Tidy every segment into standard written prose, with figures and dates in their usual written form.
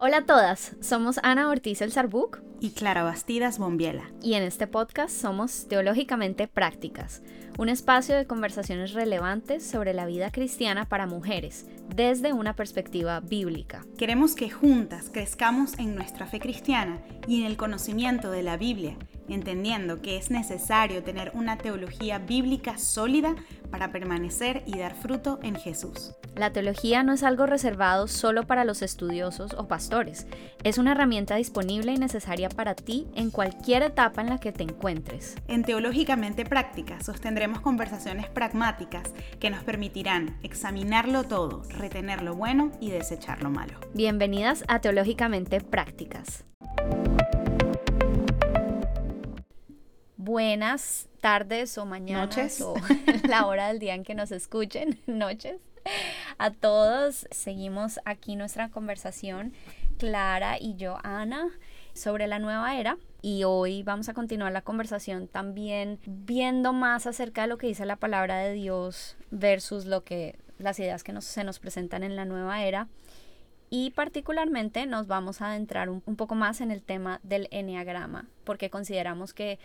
Hola a todas, somos Ana Ortiz El Sarbuc y Clara Bastidas Bombiela. Y en este podcast somos Teológicamente Prácticas, un espacio de conversaciones relevantes sobre la vida cristiana para mujeres, desde una perspectiva bíblica. Queremos que juntas crezcamos en nuestra fe cristiana y en el conocimiento de la Biblia, entendiendo que es necesario tener una teología bíblica sólida para permanecer y dar fruto en Jesús. La teología no es algo reservado solo para los estudiosos o pastores. Es una herramienta disponible y necesaria para ti en cualquier etapa en la que te encuentres. En Teológicamente Prácticas sostendremos conversaciones pragmáticas que nos permitirán examinarlo todo, retener lo bueno y desechar lo malo. Bienvenidas a Teológicamente Prácticas. Buenas tardes o mañanas noches. O la hora del día en que nos escuchen, noches. A todos, seguimos aquí nuestra conversación, Clara y yo, Ana, sobre la nueva era. Y hoy vamos a continuar la conversación también viendo más acerca de lo que dice la palabra de Dios versus las ideas que se nos presentan en la nueva era. Y particularmente nos vamos a adentrar un poco más en el tema del eneagrama, porque consideramos que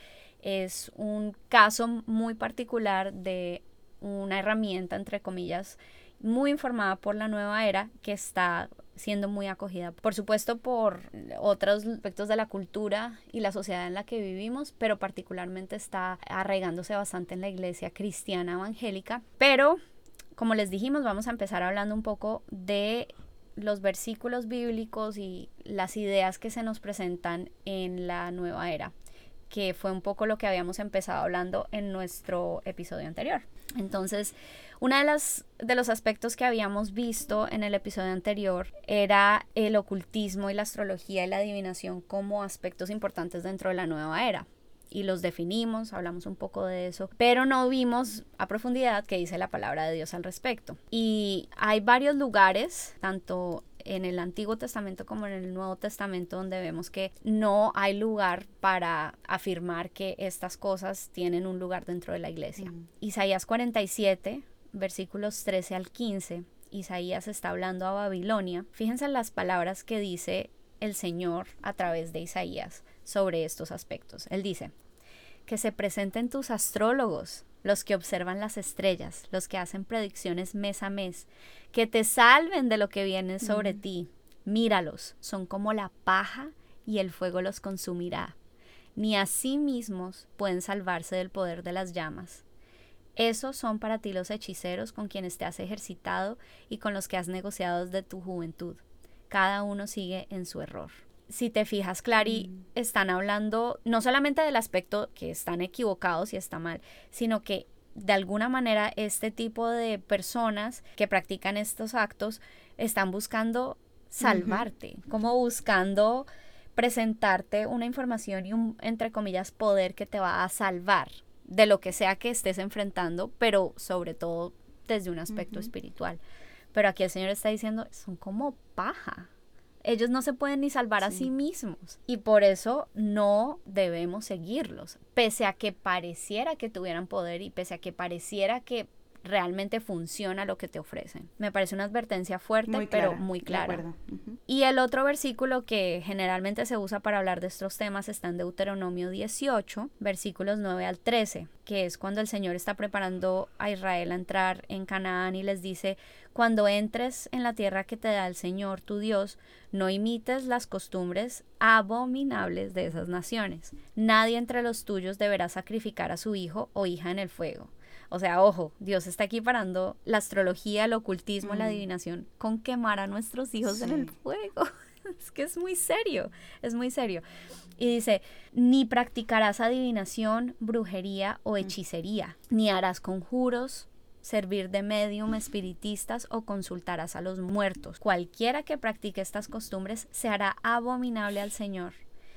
es un caso muy particular de una herramienta, entre comillas, muy informada por la nueva era, que está siendo muy acogida, por supuesto, por otros aspectos de la cultura y la sociedad en la que vivimos, pero particularmente está arraigándose bastante en la iglesia cristiana evangélica. Pero, como les dijimos, vamos a empezar hablando un poco de los versículos bíblicos y las ideas que se nos presentan en la nueva era, que fue un poco lo que habíamos empezado hablando en nuestro episodio anterior. Entonces, uno de los aspectos que habíamos visto en el episodio anterior era el ocultismo y la astrología y la adivinación como aspectos importantes dentro de la nueva era. Y los definimos, hablamos un poco de eso, pero no vimos a profundidad qué dice la palabra de Dios al respecto. Y hay varios lugares, tanto en el Antiguo Testamento como en el Nuevo Testamento, donde vemos que no hay lugar para afirmar que estas cosas tienen un lugar dentro de la iglesia. Isaías 47, versículos 13 al 15, Isaías está hablando a Babilonia. Fíjense en las palabras que dice el Señor a través de Isaías sobre estos aspectos. Él dice: que se presenten tus astrólogos, los que observan las estrellas, los que hacen predicciones mes a mes, que te salven de lo que viene sobre ti. Míralos, son como la paja y el fuego los consumirá. Ni a sí mismos pueden salvarse del poder de las llamas. Esos son para ti los hechiceros con quienes te has ejercitado y con los que has negociado desde tu juventud. Cada uno sigue en su error. Si te fijas, Clary, están hablando no solamente del aspecto que están equivocados y está mal, sino que de alguna manera este tipo de personas que practican estos actos están buscando salvarte, como buscando presentarte una información y un, entre comillas, poder que te va a salvar de lo que sea que estés enfrentando, pero sobre todo desde un aspecto espiritual. Pero aquí el Señor está diciendo, son como paja. Ellos no se pueden ni salvar a sí mismos y por eso no debemos seguirlos, pese a que pareciera que tuvieran poder y pese a que pareciera que realmente funciona lo que te ofrecen. Me parece una advertencia fuerte, pero muy clara. Y el otro versículo que generalmente se usa para hablar de estos temas está en Deuteronomio 18, versículos 9 al 13, que es cuando el Señor está preparando a Israel a entrar en Canaán y les dice: cuando entres en la tierra que te da el Señor tu Dios, no imites las costumbres abominables de esas naciones. Nadie entre los tuyos deberá sacrificar a su hijo o hija en el fuego. O sea, ojo, Dios está equiparando la astrología, el ocultismo, la adivinación con quemar a nuestros hijos en el fuego. Es que es muy serio, es muy serio. Y dice: ni practicarás adivinación, brujería o hechicería, ni harás conjuros, servir de médium, espiritistas o consultarás a los muertos. Cualquiera que practique estas costumbres se hará abominable al Señor.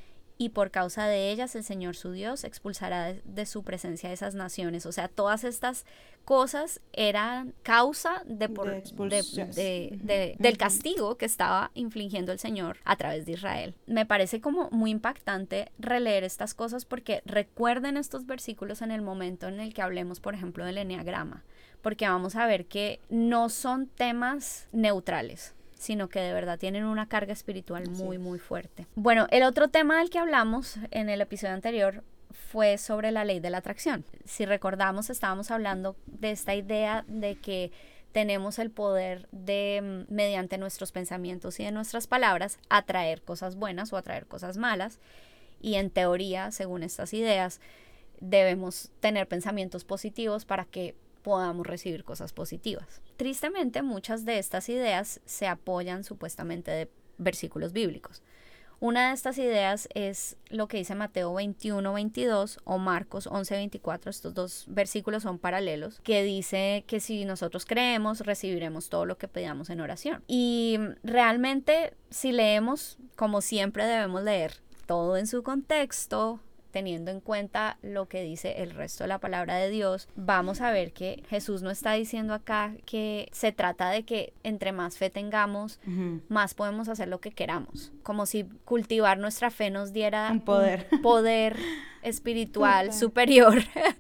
Y por causa de ellas el Señor su Dios expulsará de su presencia a esas naciones. O sea, todas estas cosas eran causa del castigo que estaba infligiendo el Señor a través de Israel. Me parece como muy impactante releer estas cosas porque recuerden estos versículos en el momento en el que hablemos, por ejemplo, del eneagrama, porque vamos a ver que no son temas neutrales, sino que de verdad tienen una carga espiritual muy, muy fuerte. Bueno, el otro tema del que hablamos en el episodio anterior fue sobre la ley de la atracción. Si recordamos, estábamos hablando de esta idea de que tenemos el poder de, mediante nuestros pensamientos y de nuestras palabras, atraer cosas buenas o atraer cosas malas. Y en teoría, según estas ideas, debemos tener pensamientos positivos para que podamos recibir cosas positivas. Tristemente, muchas de estas ideas se apoyan supuestamente de versículos bíblicos. Una de estas ideas es lo que dice Mateo 21:22 o Marcos 11:24. Estos dos versículos son paralelos, que dice que si nosotros creemos, recibiremos todo lo que pedamos en oración. Y realmente, si leemos, como siempre debemos leer todo en su contexto, teniendo en cuenta lo que dice el resto de la palabra de Dios, vamos a ver que Jesús no está diciendo acá que se trata de que entre más fe tengamos, más podemos hacer lo que queramos. Como si cultivar nuestra fe nos diera un poder espiritual superior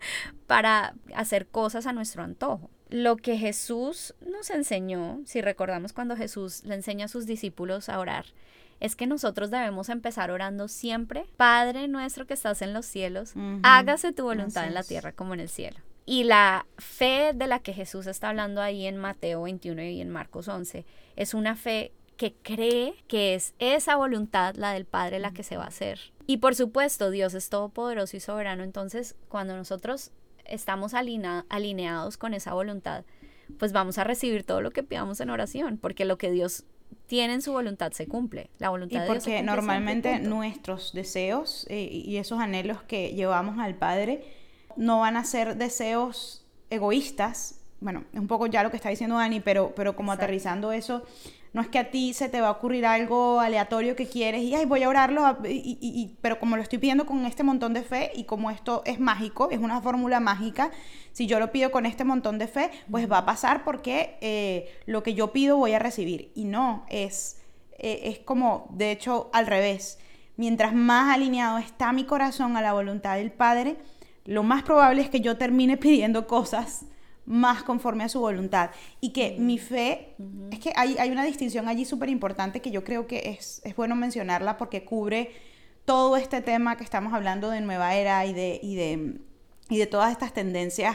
para hacer cosas a nuestro antojo. Lo que Jesús nos enseñó, si recordamos cuando Jesús le enseña a sus discípulos a orar, es que nosotros debemos empezar orando siempre: Padre nuestro que estás en los cielos, hágase tu voluntad en la tierra como en el cielo. Y la fe de la que Jesús está hablando ahí en Mateo 21 y en Marcos 11 es una fe que cree que es esa voluntad, la del Padre, la que se va a hacer. Y por supuesto, Dios es todopoderoso y soberano, entonces cuando nosotros estamos alineados con esa voluntad, pues vamos a recibir todo lo que pidamos en oración, porque lo que Dios tiene en su voluntad se cumple. La voluntad de Dios se cumple. Y porque normalmente nuestros deseos y esos anhelos que llevamos al Padre no van a ser deseos egoístas. Bueno, es un poco ya lo que está diciendo Dani, pero como aterrizando eso, no es que a ti se te va a ocurrir algo aleatorio que quieres y ay, voy a orarlo, pero como lo estoy pidiendo con este montón de fe y como esto es mágico, es una fórmula mágica, si yo lo pido con este montón de fe, pues va a pasar porque lo que yo pido voy a recibir. Y no, es como, de hecho, al revés. Mientras más alineado está mi corazón a la voluntad del Padre, lo más probable es que yo termine pidiendo cosas más conforme a su voluntad. Y que mi fe, es que hay una distinción allí súper importante que yo creo que es bueno mencionarla porque cubre todo este tema que estamos hablando de nueva era y de todas estas tendencias,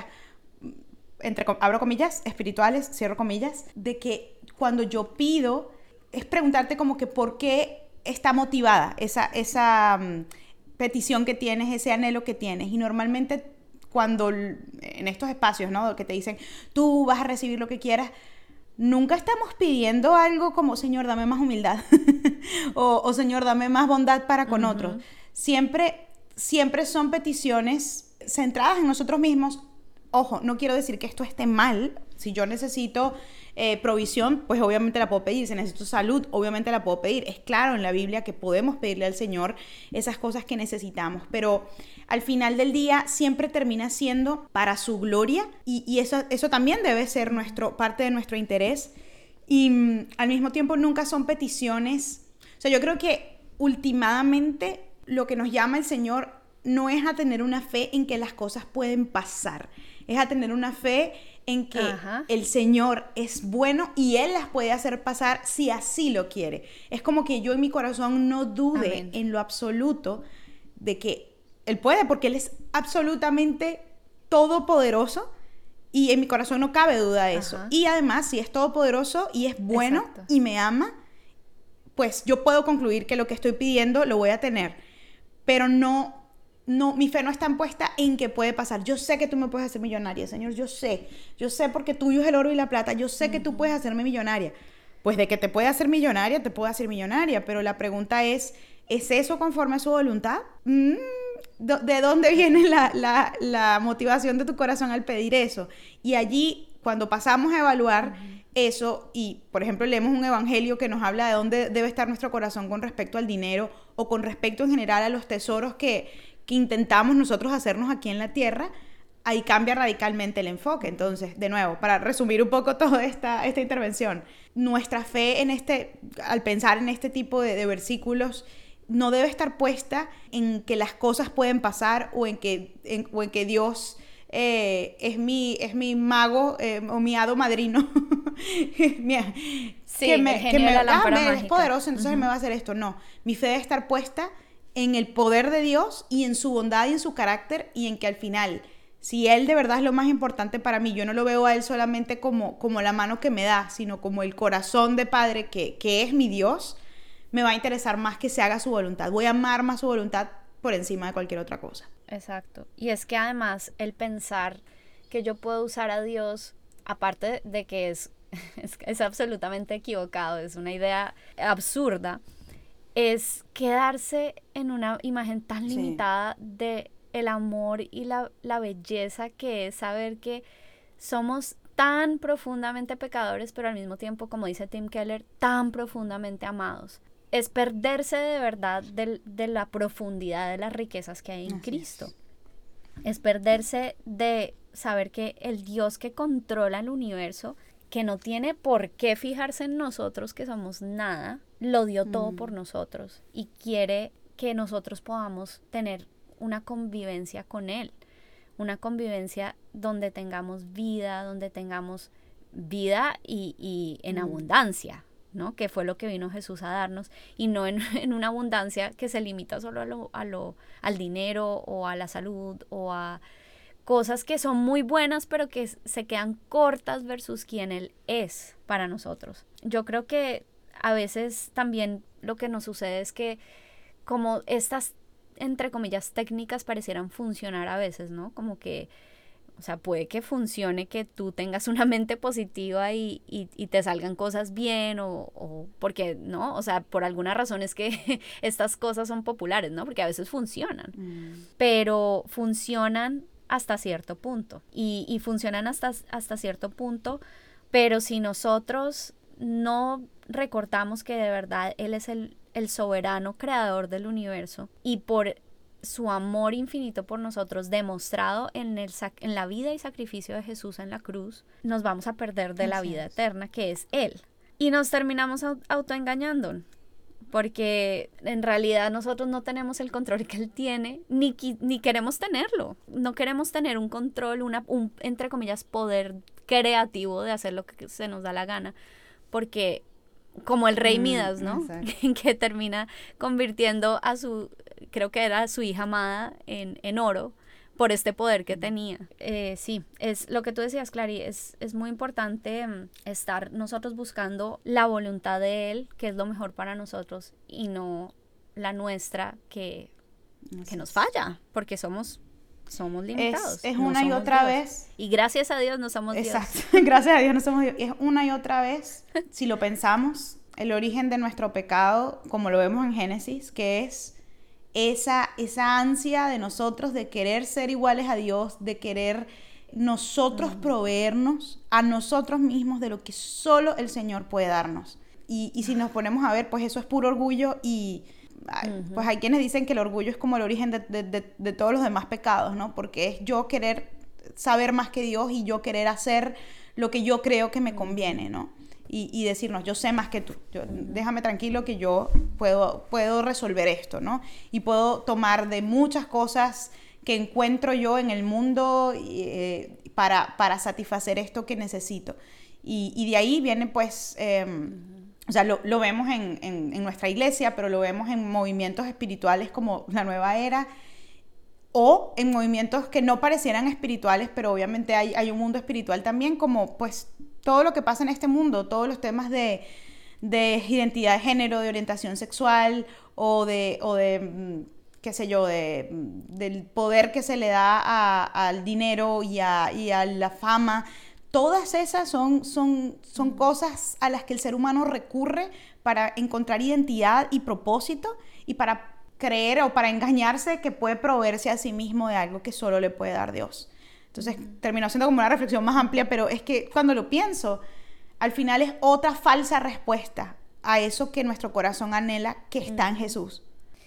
abro comillas, espirituales, cierro comillas, de que cuando yo pido, es preguntarte como que por qué está motivada esa petición que tienes, ese anhelo que tienes. Y normalmente cuando en estos espacios, ¿no?, que te dicen, tú vas a recibir lo que quieras, nunca estamos pidiendo algo como, Señor, dame más humildad, o Señor, dame más bondad para con otros. Siempre son peticiones centradas en nosotros mismos. Ojo, no quiero decir que esto esté mal. Si yo necesito provisión, pues obviamente la puedo pedir. Si necesito salud, obviamente la puedo pedir. Es claro en la Biblia que podemos pedirle al Señor esas cosas que necesitamos, pero al final del día siempre termina siendo para su gloria y eso también debe ser parte de nuestro interés. Y al mismo tiempo nunca son peticiones. O sea, yo creo que últimamente lo que nos llama el Señor no es a tener una fe en que las cosas pueden pasar, es a tener una fe en que el Señor es bueno y Él las puede hacer pasar si así lo quiere. Es como que yo en mi corazón no dude en lo absoluto de que Él puede, porque Él es absolutamente todopoderoso y en mi corazón no cabe duda de eso. Y además, si es todopoderoso y es bueno y me ama, pues yo puedo concluir que lo que estoy pidiendo lo voy a tener. Pero no, mi fe no está puesta en que puede pasar. Yo sé que tú me puedes hacer millonaria, Señor, yo sé porque tuyo es el oro y la plata, yo sé que tú puedes hacerme millonaria. Pues de que te puede hacer millonaria, te puede hacer millonaria, pero la pregunta ¿es eso conforme a su voluntad? ¿De dónde viene la motivación de tu corazón al pedir eso? Y allí, cuando pasamos a evaluar eso, y por ejemplo leemos un evangelio que nos habla de dónde debe estar nuestro corazón con respecto al dinero o con respecto en general a los tesoros que intentamos nosotros hacernos aquí en la tierra, ahí cambia radicalmente el enfoque. Entonces, de nuevo, para resumir un poco toda esta intervención, nuestra fe al pensar en este tipo de versículos no debe estar puesta en que las cosas pueden pasar o en que Dios es mi mago o mi hado madrino. Sí, el genio de la lámpara mágica. Es poderoso, entonces me va a hacer esto. No, mi fe debe estar puesta en el poder de Dios y en su bondad y en su carácter, y en que al final, si Él de verdad es lo más importante para mí, yo no lo veo a Él solamente como la mano que me da, sino como el corazón de Padre que es mi Dios, me va a interesar más que se haga su voluntad. Voy a amar más su voluntad por encima de cualquier otra cosa. Exacto. Y es que además el pensar que yo puedo usar a Dios, aparte de que es absolutamente equivocado, es una idea absurda, es quedarse en una imagen tan limitada de el amor y la belleza que es saber que somos tan profundamente pecadores, pero al mismo tiempo, como dice Tim Keller, tan profundamente amados. Es perderse de verdad de la profundidad de las riquezas que hay en Cristo. Es perderse de saber que el Dios que controla el universo, que no tiene por qué fijarse en nosotros, que somos nada, lo dio todo por nosotros y quiere que nosotros podamos tener una convivencia con Él, una convivencia donde tengamos vida y en abundancia, ¿no? Que fue lo que vino Jesús a darnos, y no en una abundancia que se limita solo al dinero o a la salud o a cosas que son muy buenas pero que se quedan cortas versus quien Él es para nosotros. Yo creo que a veces también lo que nos sucede es que como estas, entre comillas, técnicas parecieran funcionar a veces, ¿no? Como que, o sea, puede que funcione que tú tengas una mente positiva y te salgan cosas bien o porque, ¿no? O sea, por alguna razón es que estas cosas son populares, ¿no? Porque a veces funcionan, pero funcionan hasta cierto punto y funcionan hasta cierto punto, pero si nosotros no recordamos que de verdad Él es el soberano creador del universo y por su amor infinito por nosotros demostrado en la vida y sacrificio de Jesús en la cruz, nos vamos a perder de la vida eterna que es Él. Y nos terminamos autoengañando, porque en realidad nosotros no tenemos el control que Él tiene, ni queremos tenerlo. No queremos tener un control, un entre comillas, poder creativo de hacer lo que se nos da la gana, porque como el rey Midas, ¿no? Que termina convirtiendo creo que era su hija amada en oro por este poder que tenía. Sí, es lo que tú decías, Clary, es muy importante estar nosotros buscando la voluntad de Él, que es lo mejor para nosotros, y no la nuestra que nos falla, porque somos limitados. Es una y otra vez. Y gracias a Dios no somos Dios. Exacto, gracias a Dios no somos Dios. Es una y otra vez, si lo pensamos, el origen de nuestro pecado, como lo vemos en Génesis, que es esa ansia de nosotros de querer ser iguales a Dios, de querer nosotros proveernos a nosotros mismos de lo que solo el Señor puede darnos. Y si nos ponemos a ver, pues eso es puro orgullo y pues hay quienes dicen que el orgullo es como el origen de todos los demás pecados, ¿no? Porque es yo querer saber más que Dios y yo querer hacer lo que yo creo que me conviene, ¿no? Y decirnos, yo sé más que tú, déjame tranquilo que yo puedo resolver esto, ¿no? Y puedo tomar de muchas cosas que encuentro yo en el mundo para satisfacer esto que necesito. Y de ahí viene pues... O sea, lo vemos en nuestra iglesia, pero lo vemos en movimientos espirituales como la Nueva Era, o en movimientos que no parecieran espirituales, pero obviamente hay un mundo espiritual también, como pues todo lo que pasa en este mundo, todos los temas de identidad de género, de orientación sexual, o de qué sé yo, del poder que se le da al dinero y a la fama. Todas esas son cosas a las que el ser humano recurre para encontrar identidad y propósito y para creer o para engañarse que puede proveerse a sí mismo de algo que solo le puede dar Dios. Entonces terminó siendo como una reflexión más amplia, pero es que cuando lo pienso, al final es otra falsa respuesta a eso que nuestro corazón anhela, que está en Jesús.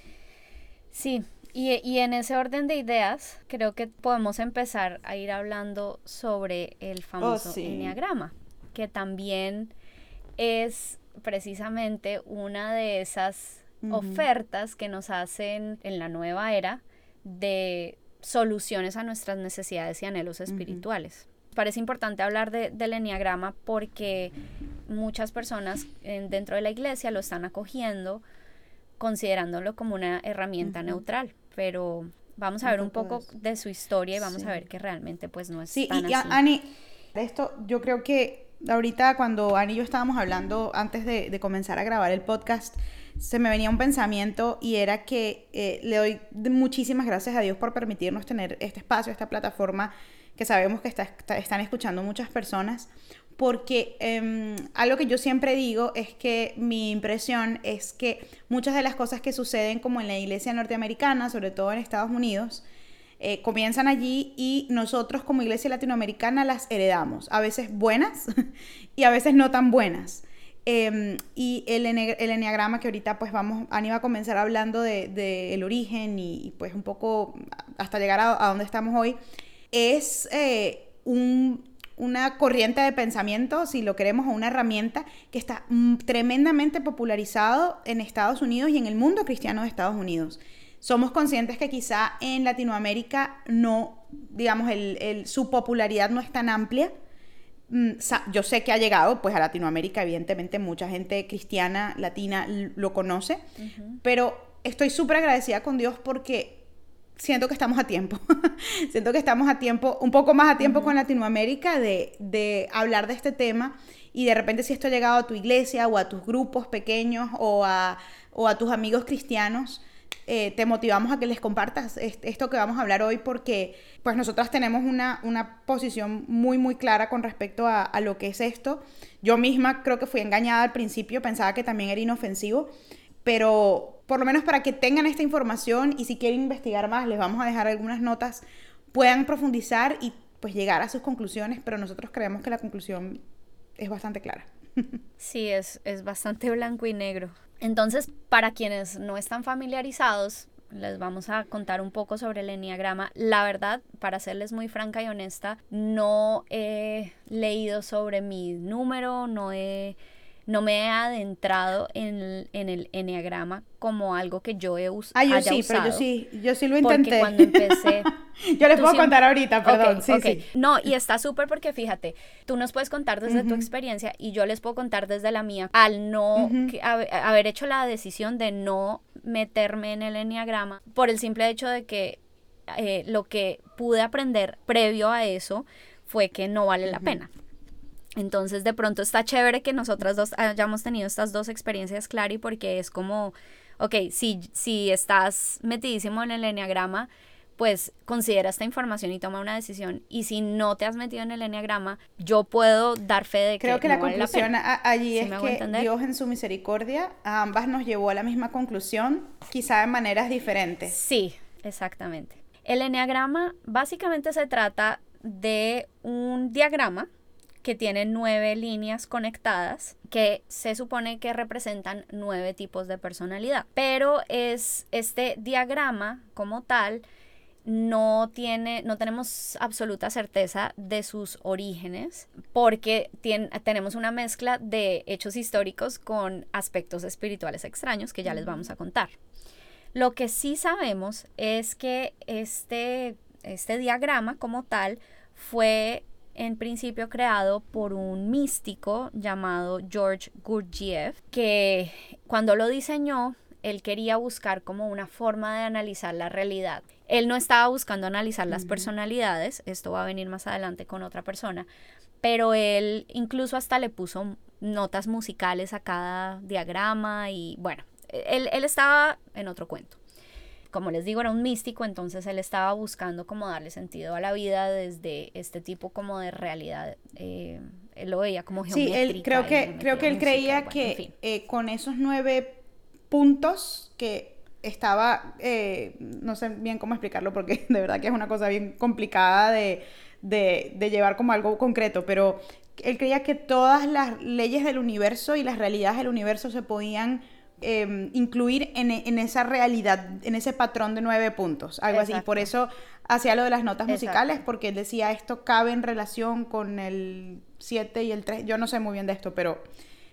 Sí. Y en ese orden de ideas, creo que podemos empezar a ir hablando sobre el famoso enneagrama, que también es precisamente una de esas ofertas que nos hacen en la nueva era de soluciones a nuestras necesidades y anhelos espirituales. Parece importante hablar del eneagrama porque muchas personas dentro de la iglesia lo están acogiendo, considerándolo como una herramienta neutral, pero vamos a ver un poco de su historia y vamos a ver que realmente pues no es tan así. Ani, esto yo creo que ahorita cuando Ani y yo estábamos hablando antes de comenzar a grabar el podcast, se me venía un pensamiento y era que le doy muchísimas gracias a Dios por permitirnos tener este espacio, esta plataforma que sabemos que están escuchando muchas personas, porque algo que yo siempre digo es que mi impresión es que muchas de las cosas que suceden como en la iglesia norteamericana, sobre todo en Estados Unidos, comienzan allí y nosotros como iglesia latinoamericana las heredamos, a veces buenas y a veces no tan buenas. Y el eneagrama que ahorita pues Ani va a comenzar hablando de el origen y pues un poco hasta llegar a donde estamos hoy, es una corriente de pensamiento, si lo queremos, o una herramienta que está tremendamente popularizado en Estados Unidos y en el mundo cristiano de Estados Unidos. Somos conscientes que quizá en Latinoamérica no, digamos, su popularidad no es tan amplia. Yo sé que ha llegado pues a Latinoamérica, evidentemente mucha gente cristiana, latina lo conoce, pero estoy súper agradecida con Dios porque siento que estamos a tiempo. Siento que estamos a tiempo, un poco más a tiempo con Latinoamérica de hablar de este tema, y de repente si esto ha llegado a tu iglesia o a tus grupos pequeños o a tus amigos cristianos, te motivamos a que les compartas esto que vamos a hablar hoy, porque pues nosotras tenemos una posición muy muy clara con respecto a lo que es esto. Yo misma creo que fui engañada al principio, pensaba que también era inofensivo, pero por lo menos para que tengan esta información, y si quieren investigar más les vamos a dejar algunas notas, puedan profundizar y pues llegar a sus conclusiones, pero nosotros creemos que la conclusión es bastante clara. Sí, es bastante blanco y negro. Entonces, para quienes no están familiarizados, les vamos a contar un poco sobre el eneagrama. La verdad, para serles muy franca y honesta, no he leído sobre mi número, no me he adentrado en el eneagrama como algo que yo haya usado. Pero yo sí lo intenté. Porque cuando empecé... Yo les puedo contar ahorita, perdón. Okay. No, y está súper porque fíjate, tú nos puedes contar desde tu experiencia y yo les puedo contar desde la mía. Al no haber hecho la decisión de no meterme en el eneagrama por el simple hecho de que lo que pude aprender previo a eso fue que no vale la pena. Entonces de pronto está chévere que nosotras dos hayamos tenido estas dos experiencias, Clary, porque es como, ok, si estás metidísimo en el eneagrama, pues considera esta información y toma una decisión. Y si no te has metido en el eneagrama, yo puedo dar fe de que creo que no la vale conclusión allí ¿Sí es que Dios en su misericordia a ambas nos llevó a la misma conclusión, quizá de maneras diferentes. Sí, exactamente. El eneagrama básicamente se trata de un diagrama que tiene 9 líneas conectadas que se supone que representan 9 tipos de personalidad. Pero este diagrama como tal no tenemos absoluta certeza de sus orígenes, porque tenemos una mezcla de hechos históricos con aspectos espirituales extraños que ya les vamos a contar. Lo que sí sabemos es que este diagrama como tal fue en principio creado por un místico llamado George Gurdjieff, que cuando lo diseñó, él quería buscar como una forma de analizar la realidad. Él no estaba buscando analizar las personalidades, esto va a venir más adelante con otra persona, pero él incluso hasta le puso notas musicales a cada diagrama y bueno, él estaba en otro cuento. Como les digo, era un místico, entonces él estaba buscando como darle sentido a la vida desde este tipo como de realidad. Él lo veía como geométrica. Sí, creo que él creía que con esos 9 puntos que estaba, no sé bien cómo explicarlo porque de verdad que es una cosa bien complicada de llevar como algo concreto, pero él creía que todas las leyes del universo y las realidades del universo se podían incluir en esa realidad, en ese patrón de 9 puntos, algo así. Por eso hacía lo de las notas musicales, porque él decía esto cabe en relación con el 7 y el 3, yo no sé muy bien de esto, pero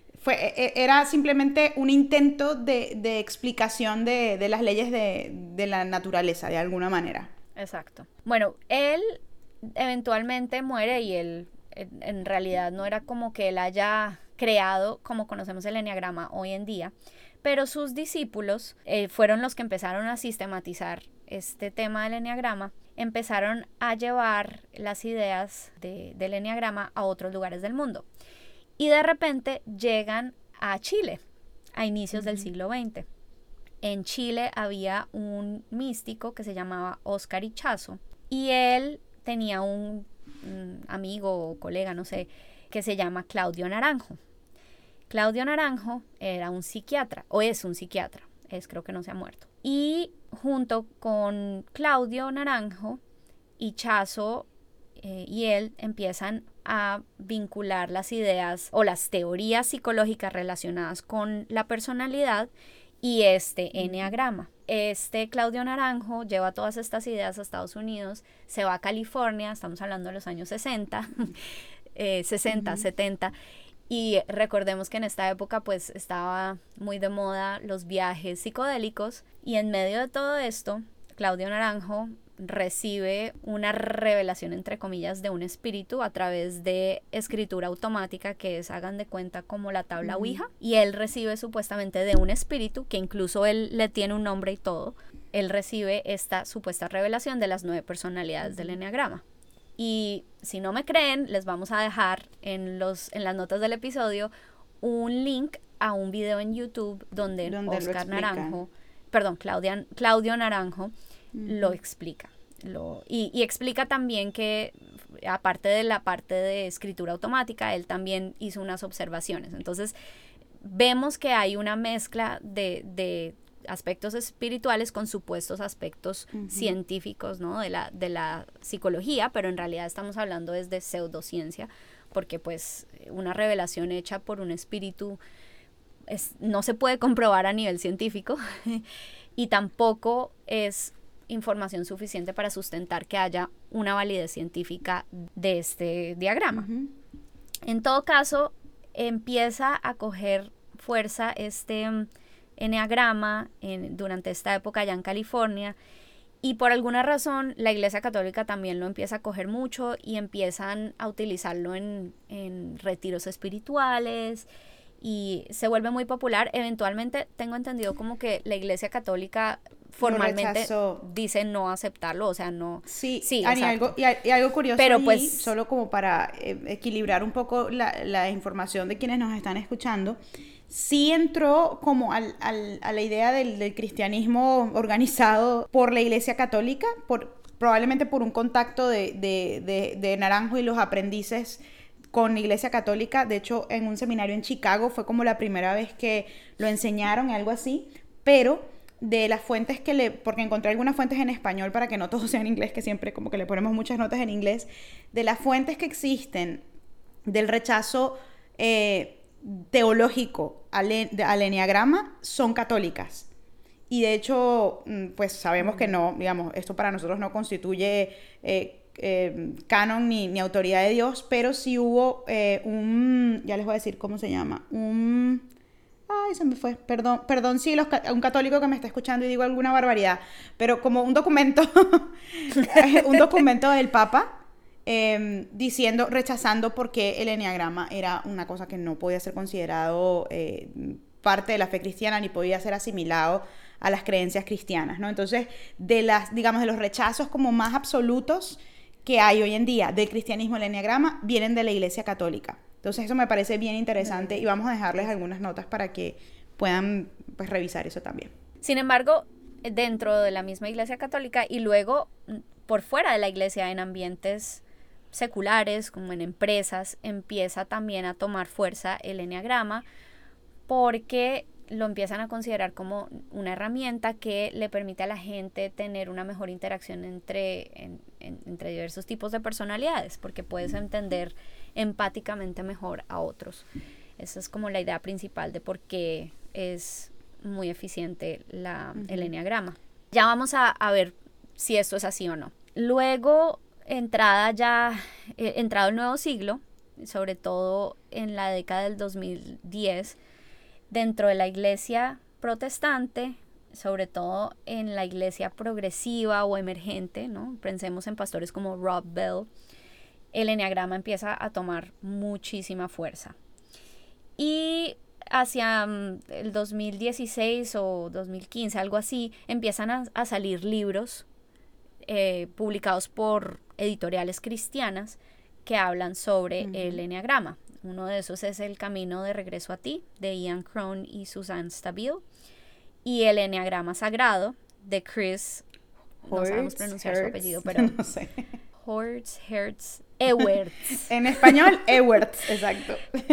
era simplemente un intento de explicación de las leyes de la naturaleza, de alguna manera. Exacto. Bueno, él eventualmente muere y él en realidad no era como que él haya creado como conocemos el eneagrama hoy en día, pero sus discípulos fueron los que empezaron a sistematizar este tema del eneagrama, empezaron a llevar las ideas del eneagrama a otros lugares del mundo y de repente llegan a Chile a inicios del siglo XX. En Chile había un místico que se llamaba Óscar Ichazo y él tenía un amigo o colega, no sé, que se llama Claudio Naranjo. Claudio Naranjo era un psiquiatra, o es un psiquiatra, creo que no se ha muerto. Y junto con Claudio Naranjo, Ichazo y él empiezan a vincular las ideas o las teorías psicológicas relacionadas con la personalidad y este eneagrama. Claudio Naranjo lleva todas estas ideas a Estados Unidos, se va a California, estamos hablando de los años 60, 70, y recordemos que en esta época pues estaba muy de moda los viajes psicodélicos y en medio de todo esto, Claudio Naranjo recibe una revelación entre comillas de un espíritu a través de escritura automática que es, hagan de cuenta, como la tabla Ouija, y él recibe supuestamente de un espíritu que incluso él le tiene un nombre y todo, él recibe esta supuesta revelación de las 9 personalidades del eneagrama. Y si no me creen, les vamos a dejar en las notas del episodio un link a un video en YouTube donde Claudio Naranjo lo explica. Y explica también que aparte de la parte de escritura automática, él también hizo unas observaciones. Entonces vemos que hay una mezcla de aspectos espirituales con supuestos aspectos científicos, ¿no? de la psicología, pero en realidad estamos hablando desde pseudociencia, porque pues una revelación hecha por un espíritu no se puede comprobar a nivel científico y tampoco es información suficiente para sustentar que haya una validez científica de este diagrama. En todo caso, empieza a coger fuerza este eneagrama durante esta época allá en California, y por alguna razón la Iglesia Católica también lo empieza a coger mucho y empiezan a utilizarlo en retiros espirituales y se vuelve muy popular. Eventualmente tengo entendido como que la Iglesia Católica formalmente dice no aceptarlo, o sea, no. Sí, Ani, algo curioso pero allí, pues, solo como para equilibrar un poco la información de quienes nos están escuchando. Sí entró como a la idea del cristianismo organizado por la Iglesia Católica, probablemente por un contacto de Naranjo y los aprendices con la Iglesia Católica. De hecho, en un seminario en Chicago fue como la primera vez que lo enseñaron, algo así, pero de las fuentes porque encontré algunas fuentes en español para que no todo sea en inglés, que siempre como que le ponemos muchas notas en inglés, de las fuentes que existen del rechazo teológico al eneagrama son católicas. Y de hecho, pues sabemos que no, digamos, esto para nosotros no constituye canon ni autoridad de Dios, pero sí hubo ya les voy a decir cómo se llama, ay, se me fue, perdón si un católico que me está escuchando y digo alguna barbaridad, pero como un documento, un documento del Papa, rechazando porque el eneagrama era una cosa que no podía ser considerado parte de la fe cristiana ni podía ser asimilado a las creencias cristianas, ¿no? Entonces, de los rechazos como más absolutos que hay hoy en día del cristianismo al eneagrama vienen de la Iglesia Católica. Entonces, eso me parece bien interesante y vamos a dejarles algunas notas para que puedan pues revisar eso también. Sin embargo, dentro de la misma Iglesia Católica y luego por fuera de la Iglesia, en ambientes seculares, como en empresas, empieza también a tomar fuerza el eneagrama porque lo empiezan a considerar como una herramienta que le permite a la gente tener una mejor interacción entre diversos tipos de personalidades, porque puedes entender empáticamente mejor a otros. Esa es como la idea principal de por qué es muy eficiente el eneagrama. Ya vamos a ver si esto es así o no. Luego, entrado el nuevo siglo, sobre todo en la década del 2010, dentro de la Iglesia protestante sobre todo en la iglesia progresiva o emergente, ¿no? Pensemos en pastores como Rob Bell, el eneagrama empieza a tomar muchísima fuerza. Y hacia el 2016 o 2015, algo así, empiezan a salir libros publicados por editoriales cristianas que hablan sobre el eneagrama. Uno de esos es El Camino de Regreso a Ti, de Ian Cron y Suzanne Stabile, y El Eneagrama Sagrado, de Chris, no sabemos pronunciar su apellido, pero no sé. Hertz, Ewerts. En español, Ewerts, exacto.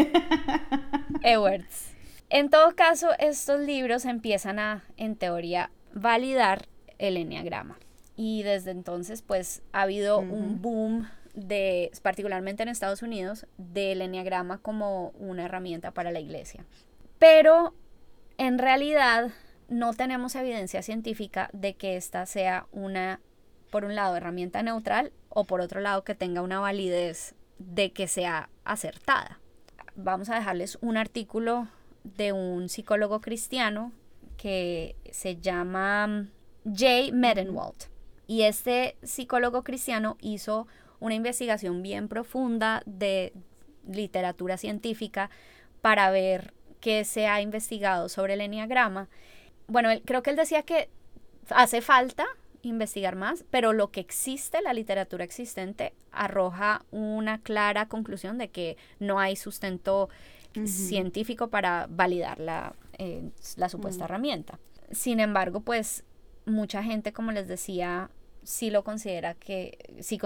Ewerts. En todo caso, estos libros empiezan a, en teoría, validar el eneagrama. Y desde entonces, pues, ha habido un boom particularmente en Estados Unidos, del eneagrama como una herramienta para la iglesia. Pero, en realidad, no tenemos evidencia científica de que esta sea una, por un lado, herramienta neutral, o por otro lado, que tenga una validez de que sea acertada. Vamos a dejarles un artículo de un psicólogo cristiano que se llama Jay Medenwald. Y este psicólogo cristiano hizo una investigación bien profunda de literatura científica para ver qué se ha investigado sobre el eneagrama. Bueno, creo que él decía que hace falta investigar más, pero lo que existe, la literatura existente, arroja una clara conclusión de que no hay sustento científico para validar la supuesta herramienta. Sin embargo, pues mucha gente, como les decía, sí considera que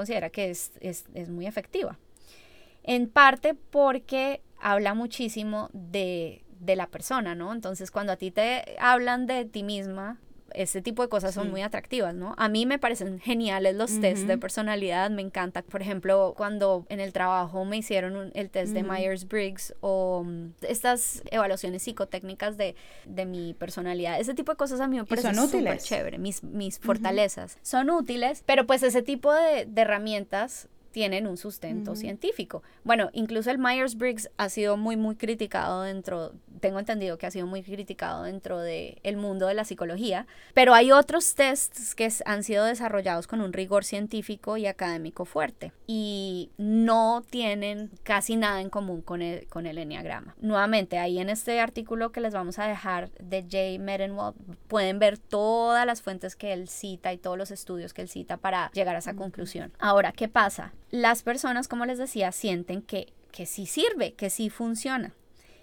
es muy efectiva. En parte porque habla muchísimo de la persona, ¿no? Entonces, cuando a ti te hablan de ti misma, este tipo de cosas son muy atractivas, ¿no? A mí me parecen geniales los tests de personalidad, me encanta. Por ejemplo, cuando en el trabajo me hicieron el test de Myers-Briggs o estas evaluaciones psicotécnicas de mi personalidad, ese tipo de cosas a mí me parecen súper chévere, mis fortalezas. Son útiles, pero pues ese tipo de herramientas tienen un sustento científico. Bueno, incluso el Myers-Briggs ha sido muy criticado tengo entendido que ha sido muy criticado dentro del mundo de la psicología, pero hay otros tests que han sido desarrollados con un rigor científico y académico fuerte y no tienen casi nada en común con el eneagrama. Nuevamente, ahí en este artículo que les vamos a dejar de Jay Medenwald, pueden ver todas las fuentes que él cita y todos los estudios que él cita para llegar a esa conclusión. Ahora, ¿qué pasa? Las personas, como les decía, sienten que sí sirve, que sí funciona.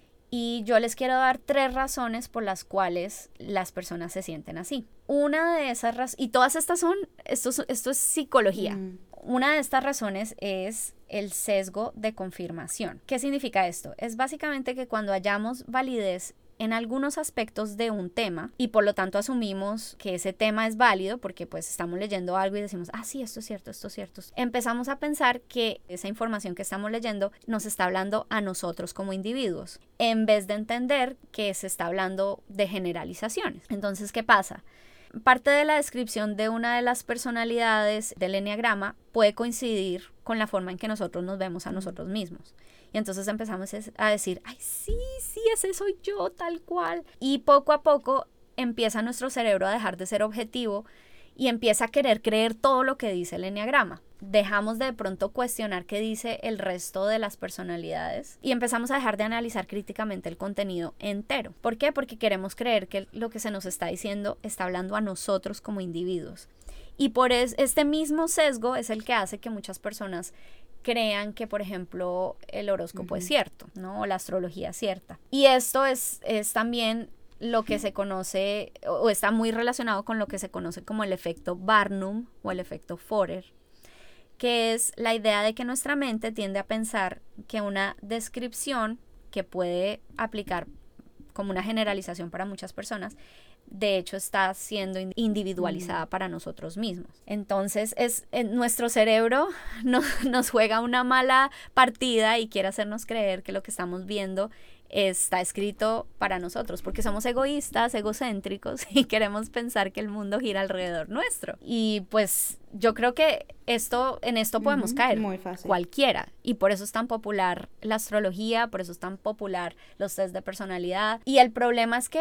Y yo les quiero dar 3 razones por las cuales las personas se sienten así. Una de esas razones, y todas estas esto es psicología. Una de estas razones es el sesgo de confirmación. ¿Qué significa esto? Es básicamente que cuando hallamos validez en algunos aspectos de un tema y por lo tanto asumimos que ese tema es válido porque pues estamos leyendo algo y decimos, sí, esto es cierto, empezamos a pensar que esa información que estamos leyendo nos está hablando a nosotros como individuos, en vez de entender que se está hablando de generalizaciones. Entonces, ¿qué pasa? Parte de la descripción de una de las personalidades del eneagrama puede coincidir con la forma en que nosotros nos vemos a nosotros mismos. Y entonces empezamos a decir, sí, ese soy yo, tal cual. Y poco a poco empieza nuestro cerebro a dejar de ser objetivo y empieza a querer creer todo lo que dice el eneagrama. Dejamos de pronto cuestionar qué dice el resto de las personalidades y empezamos a dejar de analizar críticamente el contenido entero. ¿Por qué? Porque queremos creer que lo que se nos está diciendo está hablando a nosotros como individuos. Y por este mismo sesgo es el que hace que muchas personas crean que, por ejemplo, el horóscopo es cierto, ¿no? O la astrología es cierta. Y esto es también lo que se conoce, o está muy relacionado con lo que se conoce como el efecto Barnum o el efecto Forer, que es la idea de que nuestra mente tiende a pensar que una descripción que puede aplicar como una generalización para muchas personas, de hecho está siendo individualizada para nosotros mismos. Entonces nuestro cerebro nos juega una mala partida y quiere hacernos creer que lo que estamos viendo está escrito para nosotros, porque somos egoístas, egocéntricos y queremos pensar que el mundo gira alrededor nuestro. Y pues yo creo que en esto podemos caer muy fácil. Cualquiera, y por eso es tan popular la astrología, por eso es tan popular los test de personalidad. Y el problema es que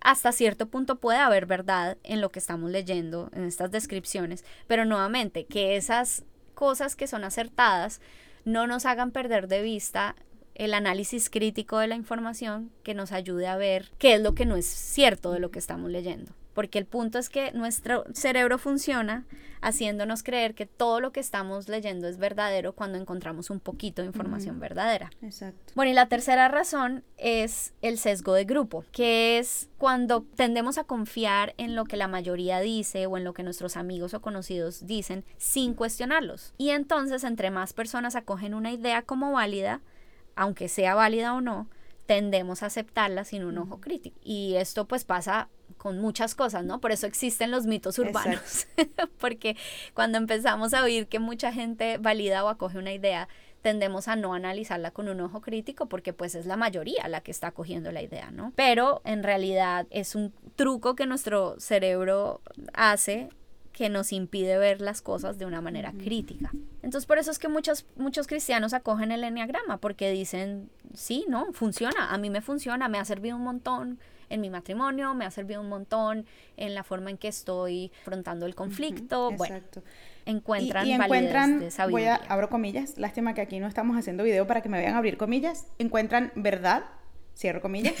hasta cierto punto puede haber verdad en lo que estamos leyendo, en estas descripciones, pero nuevamente que esas cosas que son acertadas no nos hagan perder de vista el análisis crítico de la información que nos ayude a ver qué es lo que no es cierto de lo que estamos leyendo. Porque el punto es que nuestro cerebro funciona haciéndonos creer que todo lo que estamos leyendo es verdadero cuando encontramos un poquito de información verdadera. Exacto. Bueno, y la tercera razón es el sesgo de grupo, que es cuando tendemos a confiar en lo que la mayoría dice o en lo que nuestros amigos o conocidos dicen sin cuestionarlos. Y entonces, entre más personas acogen una idea como válida, aunque sea válida o no, tendemos a aceptarla sin un ojo crítico. Y esto pues pasa con muchas cosas, ¿no? Por eso existen los mitos urbanos, porque cuando empezamos a oír que mucha gente valida o acoge una idea, tendemos a no analizarla con un ojo crítico porque pues es la mayoría la que está acogiendo la idea, ¿no? Pero en realidad es un truco que nuestro cerebro hace que nos impide ver las cosas de una manera crítica. Entonces por eso es que muchos cristianos acogen el enneagrama, porque dicen, sí, no, funciona, a mí me funciona, me ha servido un montón en mi matrimonio, me ha servido un montón en la forma en que estoy afrontando el conflicto. Bueno, encuentran validez de sabiduría. Abro comillas, lástima que aquí no estamos haciendo video para que me vean abrir comillas, encuentran verdad, cierro comillas,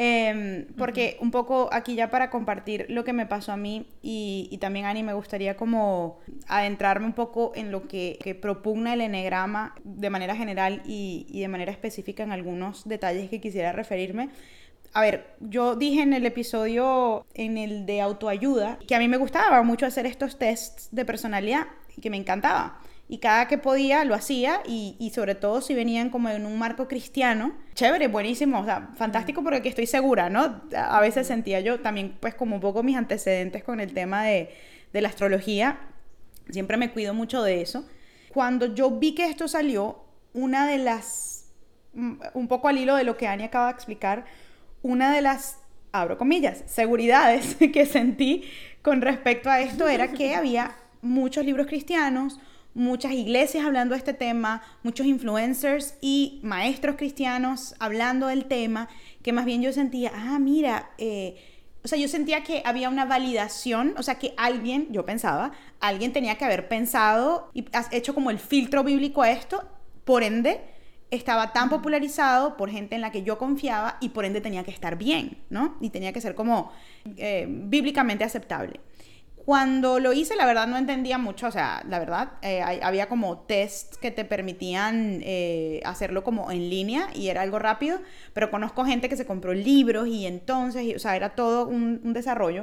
porque un poco aquí ya para compartir lo que me pasó a mí y también, Ani, me gustaría como adentrarme un poco en lo que propugna el enneagrama de manera general y de manera específica en algunos detalles que quisiera referirme. A ver, yo dije en el episodio, en el de autoayuda, que a mí me gustaba mucho hacer estos tests de personalidad y que me encantaba. Y cada que podía lo hacía y sobre todo si venían como en un marco cristiano, chévere, buenísimo, o sea, fantástico porque aquí estoy segura, ¿no? A veces sentía yo también pues como un poco mis antecedentes con el tema de la astrología, siempre me cuido mucho de eso. Cuando yo vi que esto salió, una de las, un poco al hilo de lo que Ani acaba de explicar, una de las, abro comillas, seguridades que sentí con respecto a esto era que había muchos libros cristianos, muchas iglesias hablando de este tema, muchos influencers y maestros cristianos hablando del tema, que más bien yo sentía, mira, o sea, yo sentía que había una validación, o sea, que alguien, yo pensaba, alguien tenía que haber pensado y hecho como el filtro bíblico a esto, por ende, estaba tan popularizado por gente en la que yo confiaba y por ende tenía que estar bien, ¿no? Y tenía que ser como bíblicamente aceptable. Cuando lo hice, la verdad no entendía mucho, o sea, la verdad, había como tests que te permitían hacerlo como en línea y era algo rápido, pero conozco gente que se compró libros y entonces, o sea, era todo un desarrollo.